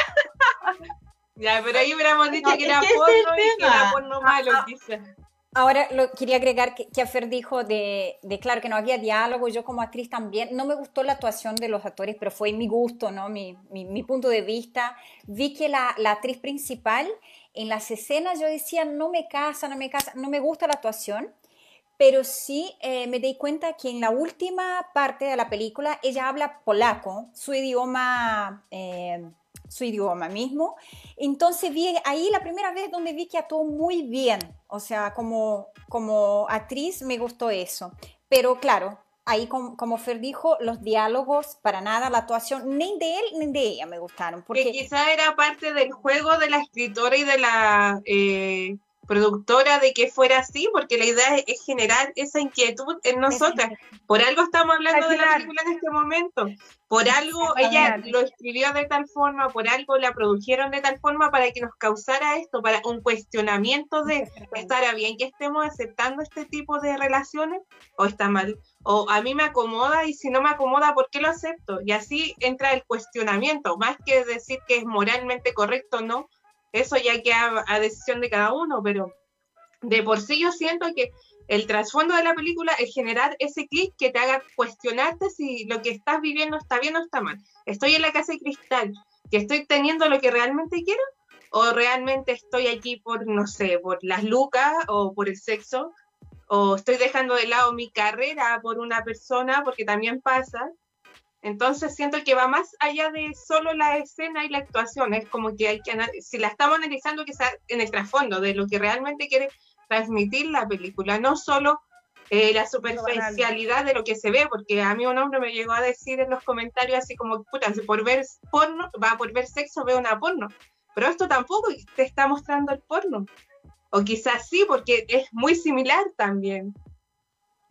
Ya, pero ahí hubiéramos dicho no, que era porno y que era porno malo, ah, quizás. Ahora lo, quería agregar que, que Afer dijo de, de, claro, que no había diálogo, yo como actriz también, no me gustó la actuación de los actores, pero fue mi gusto, ¿no? mi, mi, mi punto de vista. Vi que la, la actriz principal, en las escenas yo decía, no me casa, no me casa, no me gusta la actuación, pero sí eh, me di cuenta que en la última parte de la película ella habla polaco, su idioma... Eh, su idioma mismo, entonces vi ahí la primera vez donde vi que actuó muy bien, o sea, como, como actriz me gustó eso, pero claro, ahí como, como Fer dijo, los diálogos, para nada, la actuación, ni de él ni de ella me gustaron. Porque que quizá era parte del juego de la escritora y de la eh, productora de que fuera así, porque la idea es, es generar esa inquietud en nosotras. Por algo estamos hablando de la película en este momento. Por algo ella lo escribió de tal forma, por algo la produjeron de tal forma para que nos causara esto, para un cuestionamiento de ¿estará bien que estemos aceptando este tipo de relaciones o está mal? O a mí me acomoda y si no me acomoda, ¿por qué lo acepto? Y así entra el cuestionamiento, más que decir que es moralmente correcto o no, eso ya queda a decisión de cada uno, pero de por sí yo siento que el trasfondo de la película es generar ese clic que te haga cuestionarte si lo que estás viviendo está bien o está mal. ¿Estoy en la casa de cristal? ¿Que estoy teniendo lo que realmente quiero? ¿O realmente estoy aquí por, no sé, por las lucas o por el sexo? ¿O estoy dejando de lado mi carrera por una persona? Porque también pasa. Entonces siento que va más allá de solo la escena y la actuación. Es como que hay que analizar, si la estamos analizando, que sea en el trasfondo de lo que realmente quiere transmitir la película, no solo eh, la superficialidad de lo que se ve, porque a mí un hombre me llegó a decir en los comentarios así como, puta, si por ver porno, va por ver sexo, veo una porno, pero esto tampoco te está mostrando el porno, o quizás sí, porque es muy similar también.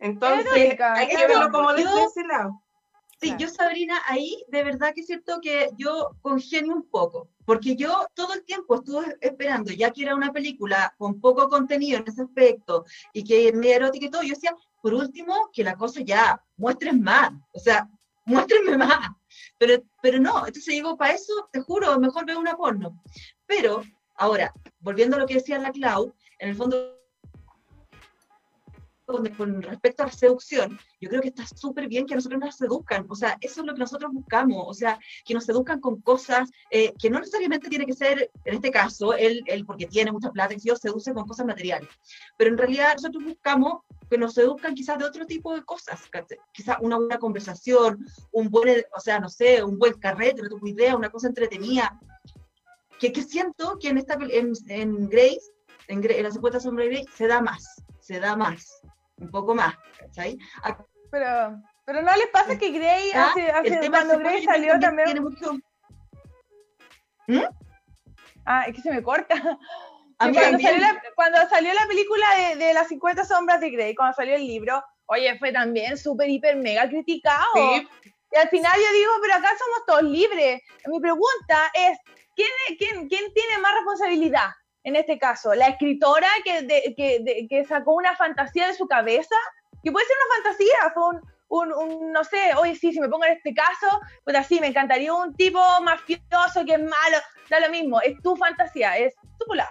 Entonces, Erótica, hay que claro. verlo como desde Yo- ese lado. Sí, Claro. yo, Sabrina, ahí de verdad que es cierto que yo congenio un poco, porque yo todo el tiempo estuve esperando, ya que era una película con poco contenido en ese aspecto, y que es media erótica y todo, yo decía, por último, que la cosa ya, muestren más, o sea, muéstrenme más, pero, pero no, entonces digo, para eso, te juro, mejor veo una porno. Pero, ahora, volviendo a lo que decía la Clau, en el fondo, con, con respecto a la seducción, yo creo que está súper bien que nosotros nos seduzcan, o sea, eso es lo que nosotros buscamos, o sea, que nos seduzcan con cosas eh, que no necesariamente tiene que ser, en este caso, él, él porque tiene mucha plata, y yo seduce con cosas materiales, pero en realidad nosotros buscamos que nos seduzcan quizás de otro tipo de cosas, quizás una buena conversación, un buen, o sea, no sé, un buen carrete, no tengo idea, una cosa entretenida, que, que siento que en, esta, en, en Grace, en, en las cincuenta sombras de Grey, se da más, se da más, un poco más, ¿cachai? Acá, Pero, pero no les pasa que Grey, Ah, hace, el hace, tema cuando del Grey spoiler salió también también... tiene mucho... Ah, es que se me corta. A Sí, mí cuando, también. salió la, cuando salió la película de, de las cincuenta sombras de Grey, cuando salió el libro, oye, fue también súper, hiper, mega criticado. Sí. Y al final yo digo, pero acá somos todos libres. Mi pregunta es, ¿quién, quién, quién tiene más responsabilidad en este caso? ¿La escritora que, de, que, de, que sacó una fantasía de su cabeza? Que puede ser una fantasía, fue un, un, un no sé, oye, sí, si me pongo en este caso, pues así, me encantaría un tipo mafioso que es malo, da lo mismo, es tu fantasía, es tu pula.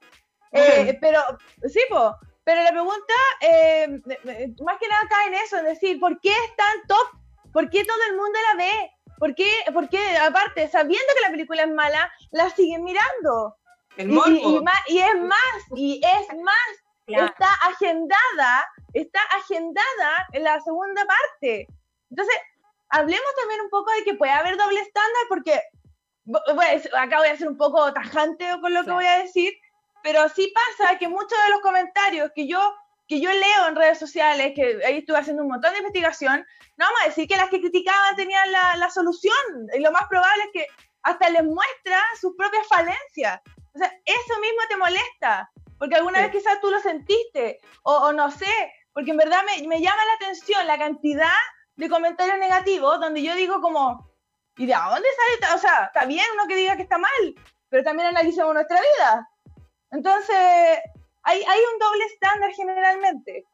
Eh, pero, sí, po, pero la pregunta, eh, más que nada cae en eso, en decir, ¿por qué es tan top? ¿Por qué todo el mundo la ve? ¿Por qué, por qué aparte, sabiendo que la película es mala, la siguen mirando? El Y, morbo. y, y, más- y es más, y es más, Claro. está agendada, está agendada en la segunda parte. Entonces, hablemos también un poco de que puede haber doble estándar, porque bo- bueno, acá voy a ser un poco tajante con lo que Claro. voy a decir, pero sí pasa que muchos de los comentarios que yo, que yo leo en redes sociales, que ahí estuve haciendo un montón de investigación, no vamos a decir que las que criticaban tenían la, la solución, y lo más probable es que hasta les muestra sus propias falencias. O sea, eso mismo te molesta, porque alguna Sí. vez quizás tú lo sentiste, o, o no sé, porque en verdad me, me llama la atención la cantidad de comentarios negativos donde yo digo como, ¿y de dónde sale? esta-? O sea, está bien uno que diga que está mal, pero también analicemos nuestra vida. Entonces, hay, hay un doble estándar generalmente.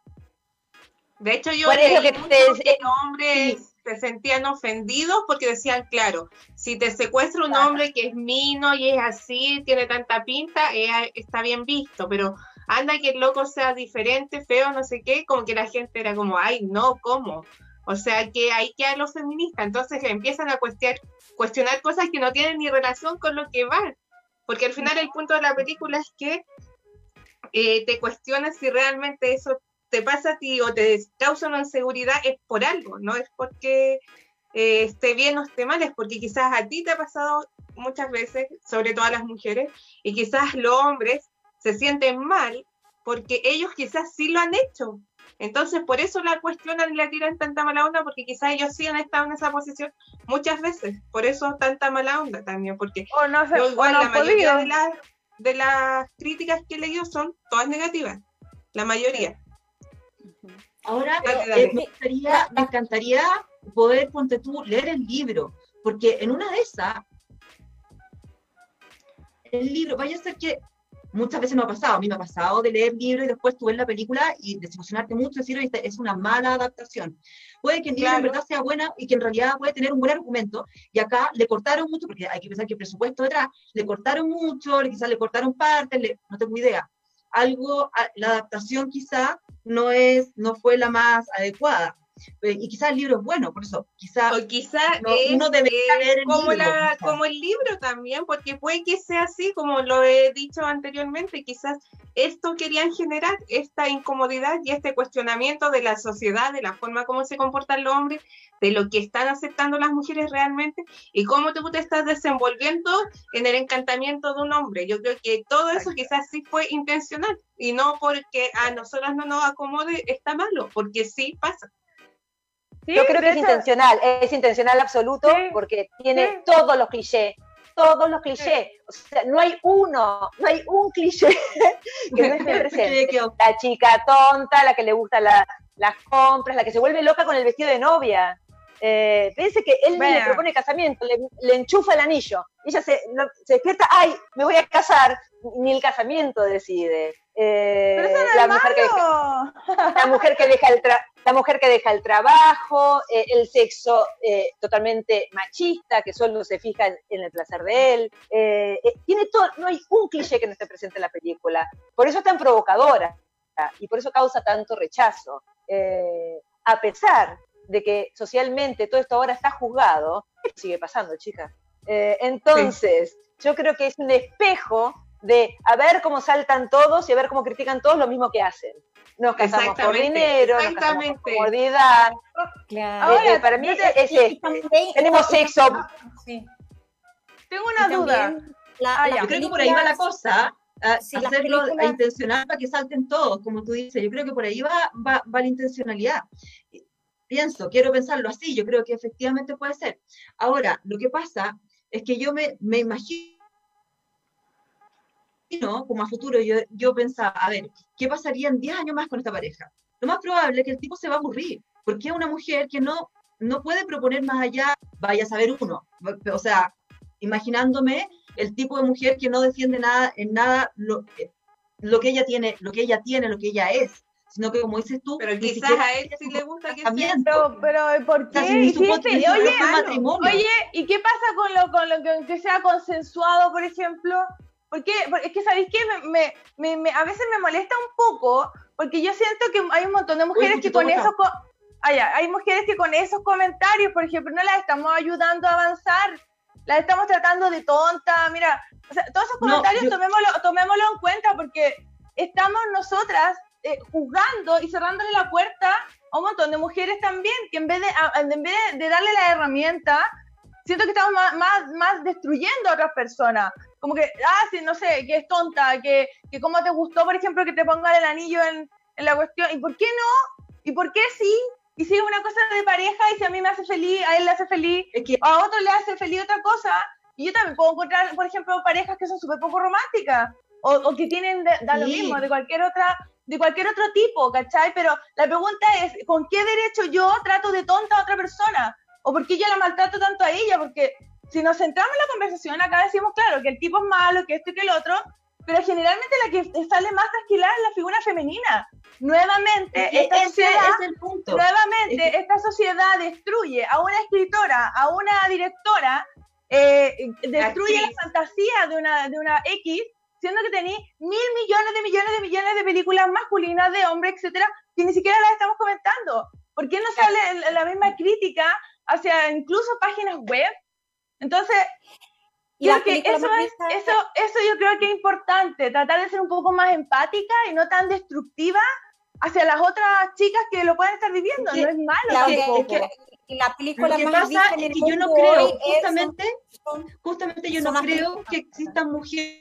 De hecho, yo Por eso leí que mucho te- que los hombres se sentían ofendidos porque decían, claro, si te secuestra un Claro. hombre que es mino y es así, tiene tanta pinta, eh, está bien visto, pero anda que el loco sea diferente, feo, no sé qué, como que la gente era como, ay, no, ¿cómo? O sea, que ahí quedan los feministas, entonces empiezan a cuestionar, cuestionar cosas que no tienen ni relación con lo que van, porque al final el punto de la película es que eh, te cuestionas si realmente eso te pasa a ti o te causa una inseguridad, es por algo, no es porque eh, esté bien o esté mal, es porque quizás a ti te ha pasado muchas veces, sobre todo a las mujeres, y quizás los hombres se sienten mal porque ellos quizás sí lo han hecho. Entonces, por eso la cuestionan y la tiran tanta mala onda, porque quizás ellos sí han estado en esa posición muchas veces. Por eso tanta mala onda también, porque O no, se, yo o igual no la han mayoría podido. de las, de las críticas que he leído son todas negativas, la mayoría. Ahora, Dale, eh, dale. me, gustaría, me encantaría poder, ponte tú, leer el libro, porque en una de esas, el libro, vaya a ser que muchas veces me ha pasado, a mí me ha pasado de leer libros y después tú ves la película y desilusionarte mucho, decir, oye, es una mala adaptación. Puede que el libro Claro. en verdad sea buena y que en realidad puede tener un buen argumento, y acá le cortaron mucho, porque hay que pensar que el presupuesto detrás, le cortaron mucho, quizás le cortaron partes, le, no tengo idea. Algo, la adaptación quizá no, es, no fue la más adecuada. Y quizás el libro es bueno, por eso, quizás O quizás no, es, uno debería es leer el como, libro, la, quizás. como el libro también, porque puede que sea así, como lo he dicho anteriormente, quizás esto querían generar, esta incomodidad y este cuestionamiento de la sociedad, de la forma como se comportan los hombres, de lo que están aceptando las mujeres realmente, y cómo tú te estás desenvolviendo en el encantamiento de un hombre. Yo creo que todo eso quizás sí fue intencional, y no porque a nosotras no nos acomode, está malo, porque sí pasa. Sí, Yo creo de que es hecho, intencional, es intencional absoluto, Sí, porque tiene sí. todos los clichés, todos los clichés. O sea, no hay uno, no hay un cliché que no esté Que presente. quedó. La chica tonta, la que le gusta la, las compras, la que se vuelve loca con el vestido de novia. Eh, piense que él Bueno. le propone casamiento, le, le enchufa el anillo, y ella se, lo- se despierta, ¡ay, me voy a casar! Ni el casamiento decide. Eh, Pero eso no la, es mujer que deja, malo. la mujer que deja el tra- la mujer que deja el trabajo, eh, el sexo eh, totalmente machista, que solo se fija en, en el placer de él. Eh, eh, tiene todo, no hay un cliché que no esté presente en la película. Por eso es tan provocadora y por eso causa tanto rechazo. Eh, a pesar de que socialmente todo esto ahora está juzgado, sigue pasando, chicas. Eh, entonces, sí. Yo creo que es un espejo de a ver cómo saltan todos y a ver cómo critican todos lo mismo que hacen. Nos casamos por dinero, nos casamos por comodidad. Claro. Eh, eh, para mí es, es esto. Tenemos sexo. Sí. Tengo una duda. La, ah, yo creo que por ahí va la cosa. A, sí, hacerlo películas... a intencional para que salten todos, como tú dices. Yo creo que por ahí va, va, va la intencionalidad. Pienso, quiero pensarlo así, yo creo que efectivamente puede ser. Ahora, lo que pasa es que yo me, me imagino, como a futuro, yo, yo pensaba, a ver, ¿qué pasaría en diez años más con esta pareja? Lo más probable es que el tipo se va a aburrir, porque es una mujer que no, no puede proponer más allá, vaya a saber uno. O sea, imaginándome el tipo de mujer que no defiende nada, en nada lo, lo que ella tiene, lo que ella tiene, lo que ella es, sino que como dices tú, pero quizás a él sí le gusta que sea, pero, pero ¿por qué? O sea, si ¿Y si este, oye, matrimonio. Oye, ¿y qué pasa con lo, con lo que, que sea consensuado, por ejemplo? Porque es que, ¿sabéis qué? Me, me, me, a veces me molesta un poco, porque yo siento que hay un montón de mujeres Uy, que con esos... Co ah, ya, hay mujeres que con esos comentarios, por ejemplo, no las estamos ayudando a avanzar, las estamos tratando de tonta, mira, o sea, todos esos comentarios no, yo... tomémoslo, tomémoslo en cuenta, porque estamos nosotras eh, juzgando y cerrándole la puerta a un montón de mujeres también, que en vez de, a, en vez de darle la herramienta, siento que estamos más, más, más destruyendo a otras personas. Como que, ah, sí, no sé, que es tonta, que, que cómo te gustó, por ejemplo, que te pongan el anillo en, en la cuestión. ¿Y por qué no? ¿Y por qué sí? Y si es una cosa de pareja y si a mí me hace feliz, a él le hace feliz, es que a otro le hace feliz otra cosa. Y yo también puedo encontrar, por ejemplo, parejas que son súper poco románticas o, o que tienen, de, da sí. lo mismo, de cualquier otra... de cualquier otro tipo, ¿cachai? Pero la pregunta es, ¿con qué derecho yo trato de tonta a otra persona? ¿O por qué yo la maltrato tanto a ella? Porque si nos centramos en la conversación, acá decimos, claro, que el tipo es malo, que esto y que el otro, pero generalmente la que sale más trasquilada es la figura femenina. Nuevamente, esta ese sociedad, es el punto. Nuevamente es que... esta sociedad destruye a una escritora, a una directora, eh, destruye Aquí. la fantasía de una, de una X, siendo que tenéis mil millones de millones de millones de películas masculinas, de hombres, etcétera, que ni siquiera las estamos comentando. ¿Por qué no sale la misma crítica hacia incluso páginas web? Entonces, creo que eso, es, eso, eso yo creo que es importante, tratar de ser un poco más empática y no tan destructiva hacia las otras chicas que lo pueden estar viviendo. Sí, no es malo la, tampoco. Es que la película lo que más pasa es que yo no creo, justamente, son, justamente yo no creo que existan mujeres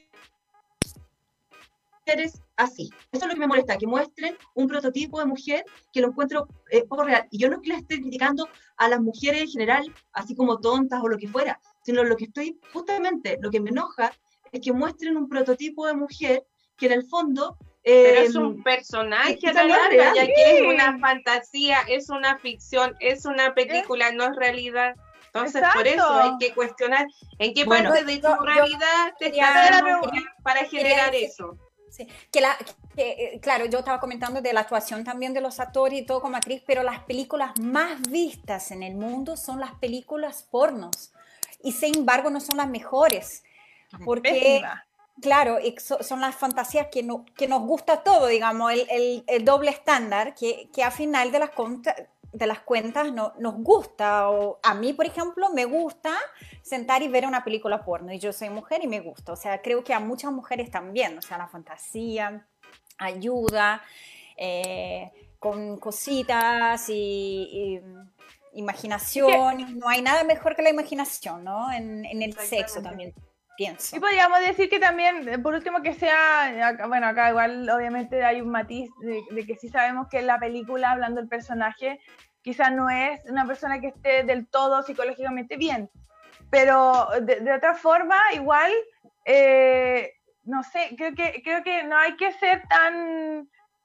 así. Eso es lo que me molesta, que muestren un prototipo de mujer que lo encuentro eh, poco real. Y yo no es que le esté criticando a las mujeres en general, así como tontas o lo que fuera, sino lo que estoy, justamente, lo que me enoja es que muestren un prototipo de mujer que en el fondo... Eh, Pero es un personaje, es real, ya que es una fantasía, es una ficción, es una película, ¿Eh? no es realidad. Entonces, Exacto. por eso hay que cuestionar en qué bueno, parte de tu yo, realidad yo, te está para generar quería, eso. Sí, que la, que, claro, yo estaba comentando de la actuación también de los actores y todo como actriz, pero las películas más vistas en el mundo son las películas pornos y sin embargo no son las mejores, porque Pésima. claro, son las fantasías que, no, que nos gusta todo, digamos, el, el, el doble estándar que, que a final de las cuentas de las cuentas no, nos gusta, o a mí por ejemplo me gusta sentar y ver una película porno y yo soy mujer y me gusta, o sea, creo que a muchas mujeres también, o sea, la fantasía ayuda eh, con cositas y, y imaginación, ¿Qué? No hay nada mejor que la imaginación, ¿no? En, en el sexo también pienso. Y podríamos decir que también, por último, que sea, bueno, acá igual obviamente hay un matiz de, de que sí sabemos que en la película, hablando del personaje, quizás no es una persona que esté del todo psicológicamente bien, pero de, de otra forma, igual, eh, no sé, creo que, creo que no hay que ser tan,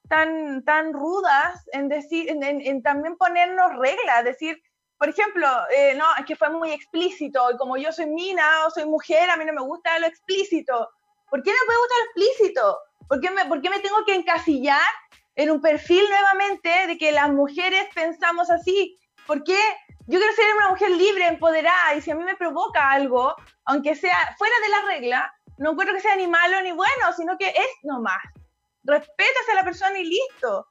tan, tan rudas en, decir, en, en, en también ponernos reglas, decir, por ejemplo, eh, no, es que fue muy explícito, y como yo soy mina o soy mujer, a mí no me gusta lo explícito. ¿Por qué no me puede gustar lo explícito? ¿Por qué me, por qué me tengo que encasillar en un perfil nuevamente de que las mujeres pensamos así? ¿Por qué? Yo quiero ser una mujer libre, empoderada, y si a mí me provoca algo, aunque sea fuera de la regla, no encuentro que sea ni malo ni bueno, sino que es nomás. Respétase a la persona y listo.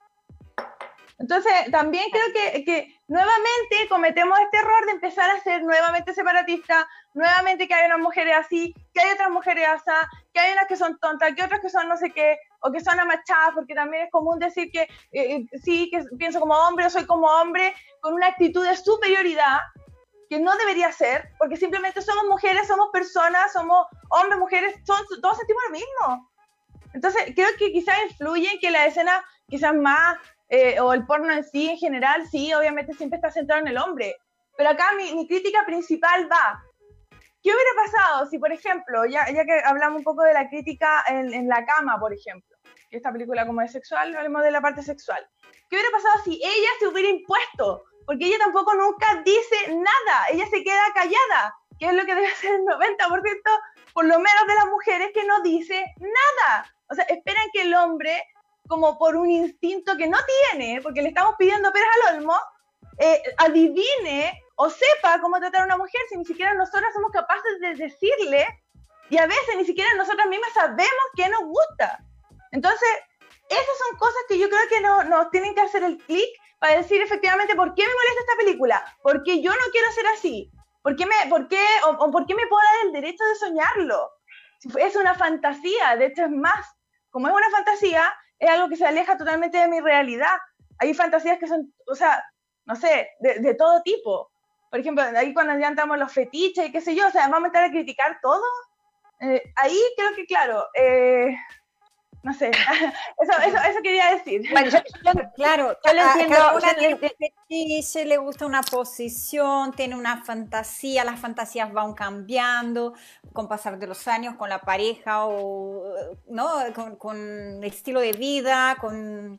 Entonces, también creo que, que nuevamente cometemos este error de empezar a ser nuevamente separatistas, nuevamente que hay unas mujeres así, que hay otras mujeres así, que hay unas que son tontas, que otras que son no sé qué, o que son amachadas, porque también es común decir que eh, sí, que pienso como hombre o soy como hombre, con una actitud de superioridad, que no debería ser, porque simplemente somos mujeres, somos personas, somos hombres, mujeres, son, todos sentimos lo mismo. Entonces, creo que quizás influye en que la escena quizás más... Eh, o el porno en sí, en general, sí, obviamente siempre está centrado en el hombre. Pero acá mi, mi crítica principal va, ¿qué hubiera pasado si, por ejemplo, ya, ya que hablamos un poco de la crítica en, en la cama, por ejemplo, que esta película como es sexual, hablemos de la parte sexual, ¿qué hubiera pasado si ella se hubiera impuesto? Porque ella tampoco nunca dice nada, ella se queda callada, que es lo que debe hacer el noventa por ciento, por lo menos de las mujeres, que no dice nada. O sea, esperan que el hombre... como por un instinto que no tiene, porque le estamos pidiendo peras al olmo, eh, adivine o sepa cómo tratar a una mujer si ni siquiera nosotras somos capaces de decirle, y a veces ni siquiera nosotras mismas sabemos qué nos gusta. Entonces, esas son cosas que yo creo que nos no tienen que hacer el clic para decir efectivamente por qué me molesta esta película, por qué yo no quiero ser así, por qué me, por qué, o, o por qué me puedo dar el derecho de soñarlo. Es una fantasía, de hecho es más, como es una fantasía, es algo que se aleja totalmente de mi realidad. Hay fantasías que son, o sea, no sé, de, de todo tipo. Por ejemplo, ahí cuando ya entramos los fetiches y qué sé yo, o sea, vamos a estar a criticar todo. Eh, ahí creo que, claro, eh, no sé, eso, eso, eso quería decir. Bueno, yo, yo, claro, yo lo entiendo. A una tiene un fetiche, le gusta una posición, tiene una fantasía, las fantasías van cambiando con pasar de los años, con la pareja, o, ¿no? con, con el estilo de vida, con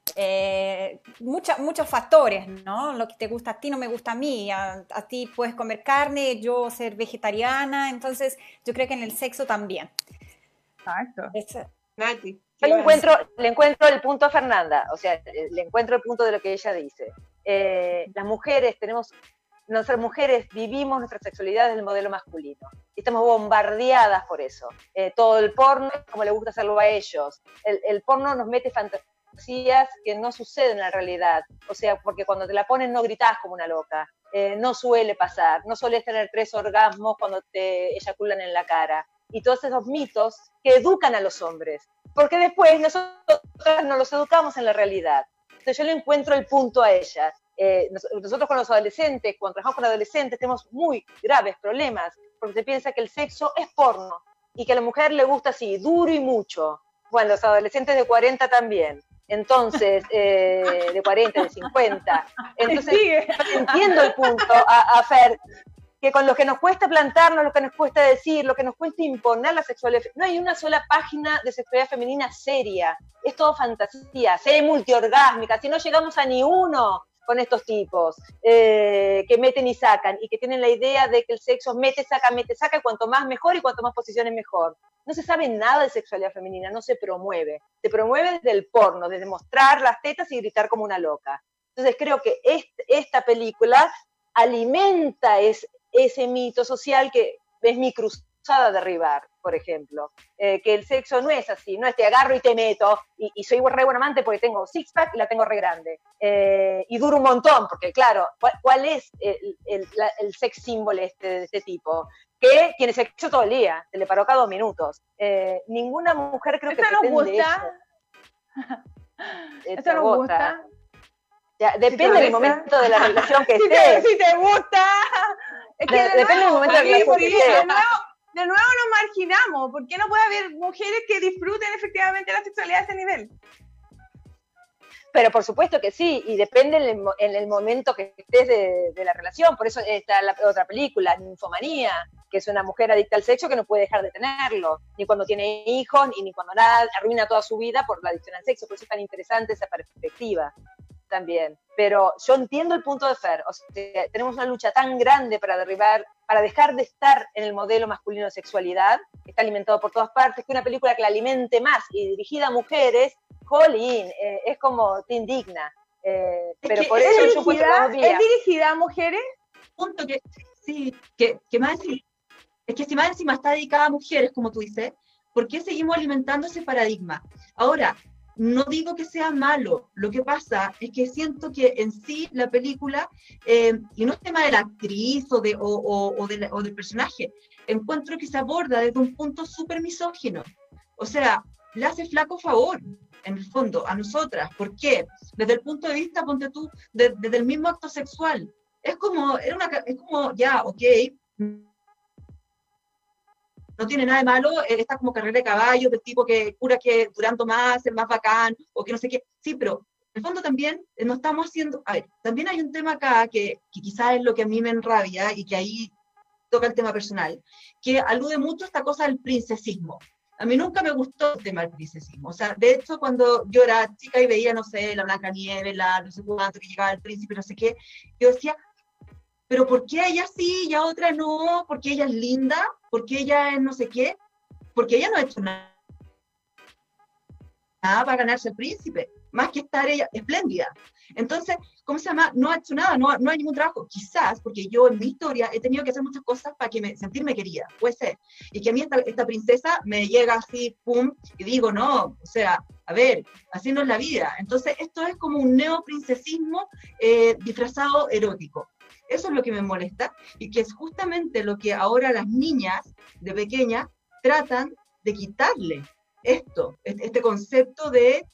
eh, mucha, muchos factores, ¿no? Lo que te gusta a ti no me gusta a mí, a, a ti puedes comer carne, yo ser vegetariana, entonces yo creo que en el sexo también. Exacto. Es, Nati. Yo le encuentro, le encuentro el punto a Fernanda, o sea, le encuentro el punto de lo que ella dice. Eh, las mujeres tenemos, nosotras mujeres vivimos nuestra sexualidad desde el modelo masculino y estamos bombardeadas por eso. Eh, todo el porno es como le gusta hacerlo a ellos. El, el porno nos mete fantasías que no suceden en la realidad, o sea, porque cuando te la ponen no gritás como una loca. Eh, no suele pasar, no sueles tener tres orgasmos cuando te eyaculan en la cara. Y todos esos mitos que educan a los hombres, porque después nosotros no los educamos en la realidad. Entonces yo le encuentro el punto a ella. Eh, nosotros con los adolescentes, cuando trabajamos con adolescentes, tenemos muy graves problemas, porque se piensa que el sexo es porno, y que a la mujer le gusta así, duro y mucho. Bueno, los adolescentes de cuarenta también. Entonces, eh, de cuarenta, de cincuenta. Entonces, yo entiendo el punto a, a Fer, que con lo que nos cuesta plantarnos, lo que nos cuesta decir, lo que nos cuesta imponer la sexualidad, no hay una sola página de sexualidad femenina seria, es todo fantasía, serie multiorgásmica, si no llegamos a ni uno con estos tipos eh, que meten y sacan, y que tienen la idea de que el sexo mete, saca, mete, saca, y cuanto más mejor, y cuanto más posiciones mejor. No se sabe nada de sexualidad femenina, no se promueve, se promueve desde el porno, desde mostrar las tetas y gritar como una loca. Entonces creo que este, esta película alimenta es, ese mito social que es mi cruzada a derribar, por ejemplo, eh, que el sexo no es así, no es te agarro y te meto, y, y soy re buen amante porque tengo six-pack y la tengo re grande, eh, y dura un montón, porque claro, ¿cuál, cuál es el, el, la, el sex symbol este, de este tipo? Que tiene sexo todo el día, se le paró cada dos minutos. Eh, ninguna mujer creo que ¿Eso pretende nos gusta? eso. ¿Eso nos gusta? Ya, depende si del momento de la relación que si estés. Te, si te gusta. Es que de, de depende nuevo, del momento de la relación sí, que estés. de nuevo, de nuevo nos marginamos. ¿Por qué no puede haber mujeres que disfruten efectivamente la sexualidad a ese nivel? Pero por supuesto que sí, y depende en el, en el momento que estés de, de la relación. Por eso está la otra película, Ninfomanía, que es una mujer adicta al sexo que no puede dejar de tenerlo, ni cuando tiene hijos, ni, ni cuando nada, arruina toda su vida por la adicción al sexo. Por eso es tan interesante esa perspectiva también. Pero yo entiendo el punto de Fer, o sea, tenemos una lucha tan grande para derribar, para dejar de estar en el modelo masculino de sexualidad, que está alimentado por todas partes, que una película que la alimente más y dirigida a mujeres, jolín, eh, es como te indigna. Eh, pero que por ¿es eso yo puesto los días. ¿Es dirigida a mujeres? Punto que, sí, que, que más encima, es que si más encima está dedicada a mujeres, como tú dices, ¿por qué seguimos alimentando ese paradigma? Ahora, no digo que sea malo, lo que pasa es que siento que en sí la película, eh, y no es tema de la actriz o, de, o, o, o, de la, o del personaje, encuentro que se aborda desde un punto súper misógino. O sea, le hace flaco favor, en el fondo, a nosotras. ¿Por qué? Desde el punto de vista, ponte tú, de, desde el mismo acto sexual. Es como, era una, es como ya, ok, no tiene nada de malo, está como carrera de caballo, del tipo que cura que durando más, es más bacán, o que no sé qué. Sí, pero en el fondo también no estamos haciendo... A ver, también hay un tema acá que, que quizás es lo que a mí me enrabia y que ahí toca el tema personal, que alude mucho a esta cosa del princesismo. A mí nunca me gustó el tema del princesismo. O sea, de hecho, cuando yo era chica y veía, no sé, la Blancanieves, la no sé cuánto, que llegaba el príncipe, no sé qué, yo decía, pero ¿por qué a ella sí y a otra no? ¿Por qué ella es linda? ¿Por qué ella es no sé qué? Porque ella no ha hecho nada, nada para ganarse el príncipe, más que estar ella espléndida. Entonces, ¿cómo se llama? No ha hecho nada, no, no hay ningún trabajo. Quizás, porque yo en mi historia he tenido que hacer muchas cosas para que me, sentirme querida, puede ser. Y que a mí esta, esta princesa me llega así, pum, y digo, no, o sea, a ver, así no es la vida. Entonces, esto es como un neoprincesismo eh, disfrazado erótico. Eso es lo que me molesta, y que es justamente lo que ahora las niñas de pequeñas tratan de quitarle esto, este concepto de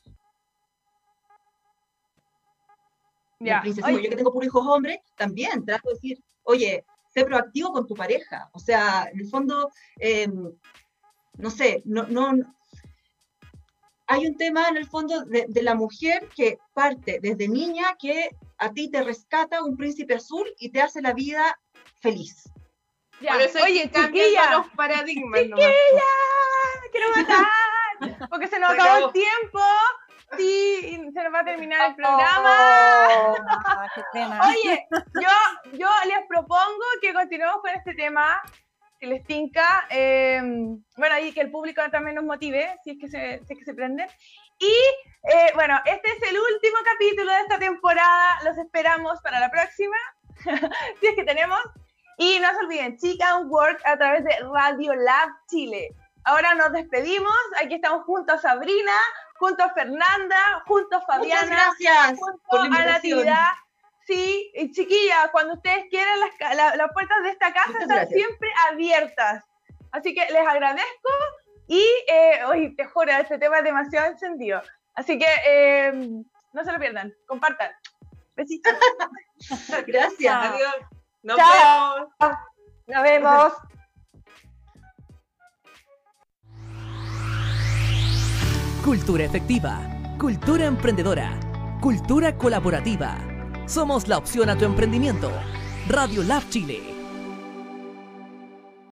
Ya. princesismo. Yo que tengo puros hijos hombres, también trato de decir, oye, sé proactivo con tu pareja. O sea, en el fondo, eh, no sé, no, no, hay un tema en el fondo de, de la mujer que parte desde niña, que a ti te rescata un príncipe azul y te hace la vida feliz. Ya. Por eso Oye, hay que cambiar chiquilla, los paradigmas. chiquilla, me quiero matar, porque se nos Se acabó acabó. el tiempo. Sí, y se nos va a terminar el programa. Oh, qué pena. Oye, yo, yo les propongo que continuemos con este tema, que les tinca. Eh, bueno, y que el público también nos motive, si es que se, si es que se prenden. Y eh, bueno, este es el último capítulo de esta temporada. Los esperamos para la próxima, si es que tenemos. Y no se olviden, Chic and Work a través de Radio Lab Chile. Ahora nos despedimos. Aquí estamos junto a Sabrina, junto a Fernanda, junto a Fabiana. Muchas gracias junto por la a invitación. Natividad. Sí, y chiquillas, cuando ustedes quieran, las, ca- la- las puertas de esta casa Muchas están gracias. siempre abiertas. Así que les agradezco y, eh, hoy te juro, este tema es demasiado encendido. Así que eh, no se lo pierdan, compartan. Besitos. Gracias. Adiós. Nos Chao. vemos. Nos vemos. Cultura efectiva, cultura emprendedora, cultura colaborativa. Somos la opción a tu emprendimiento. Radio Lab Chile.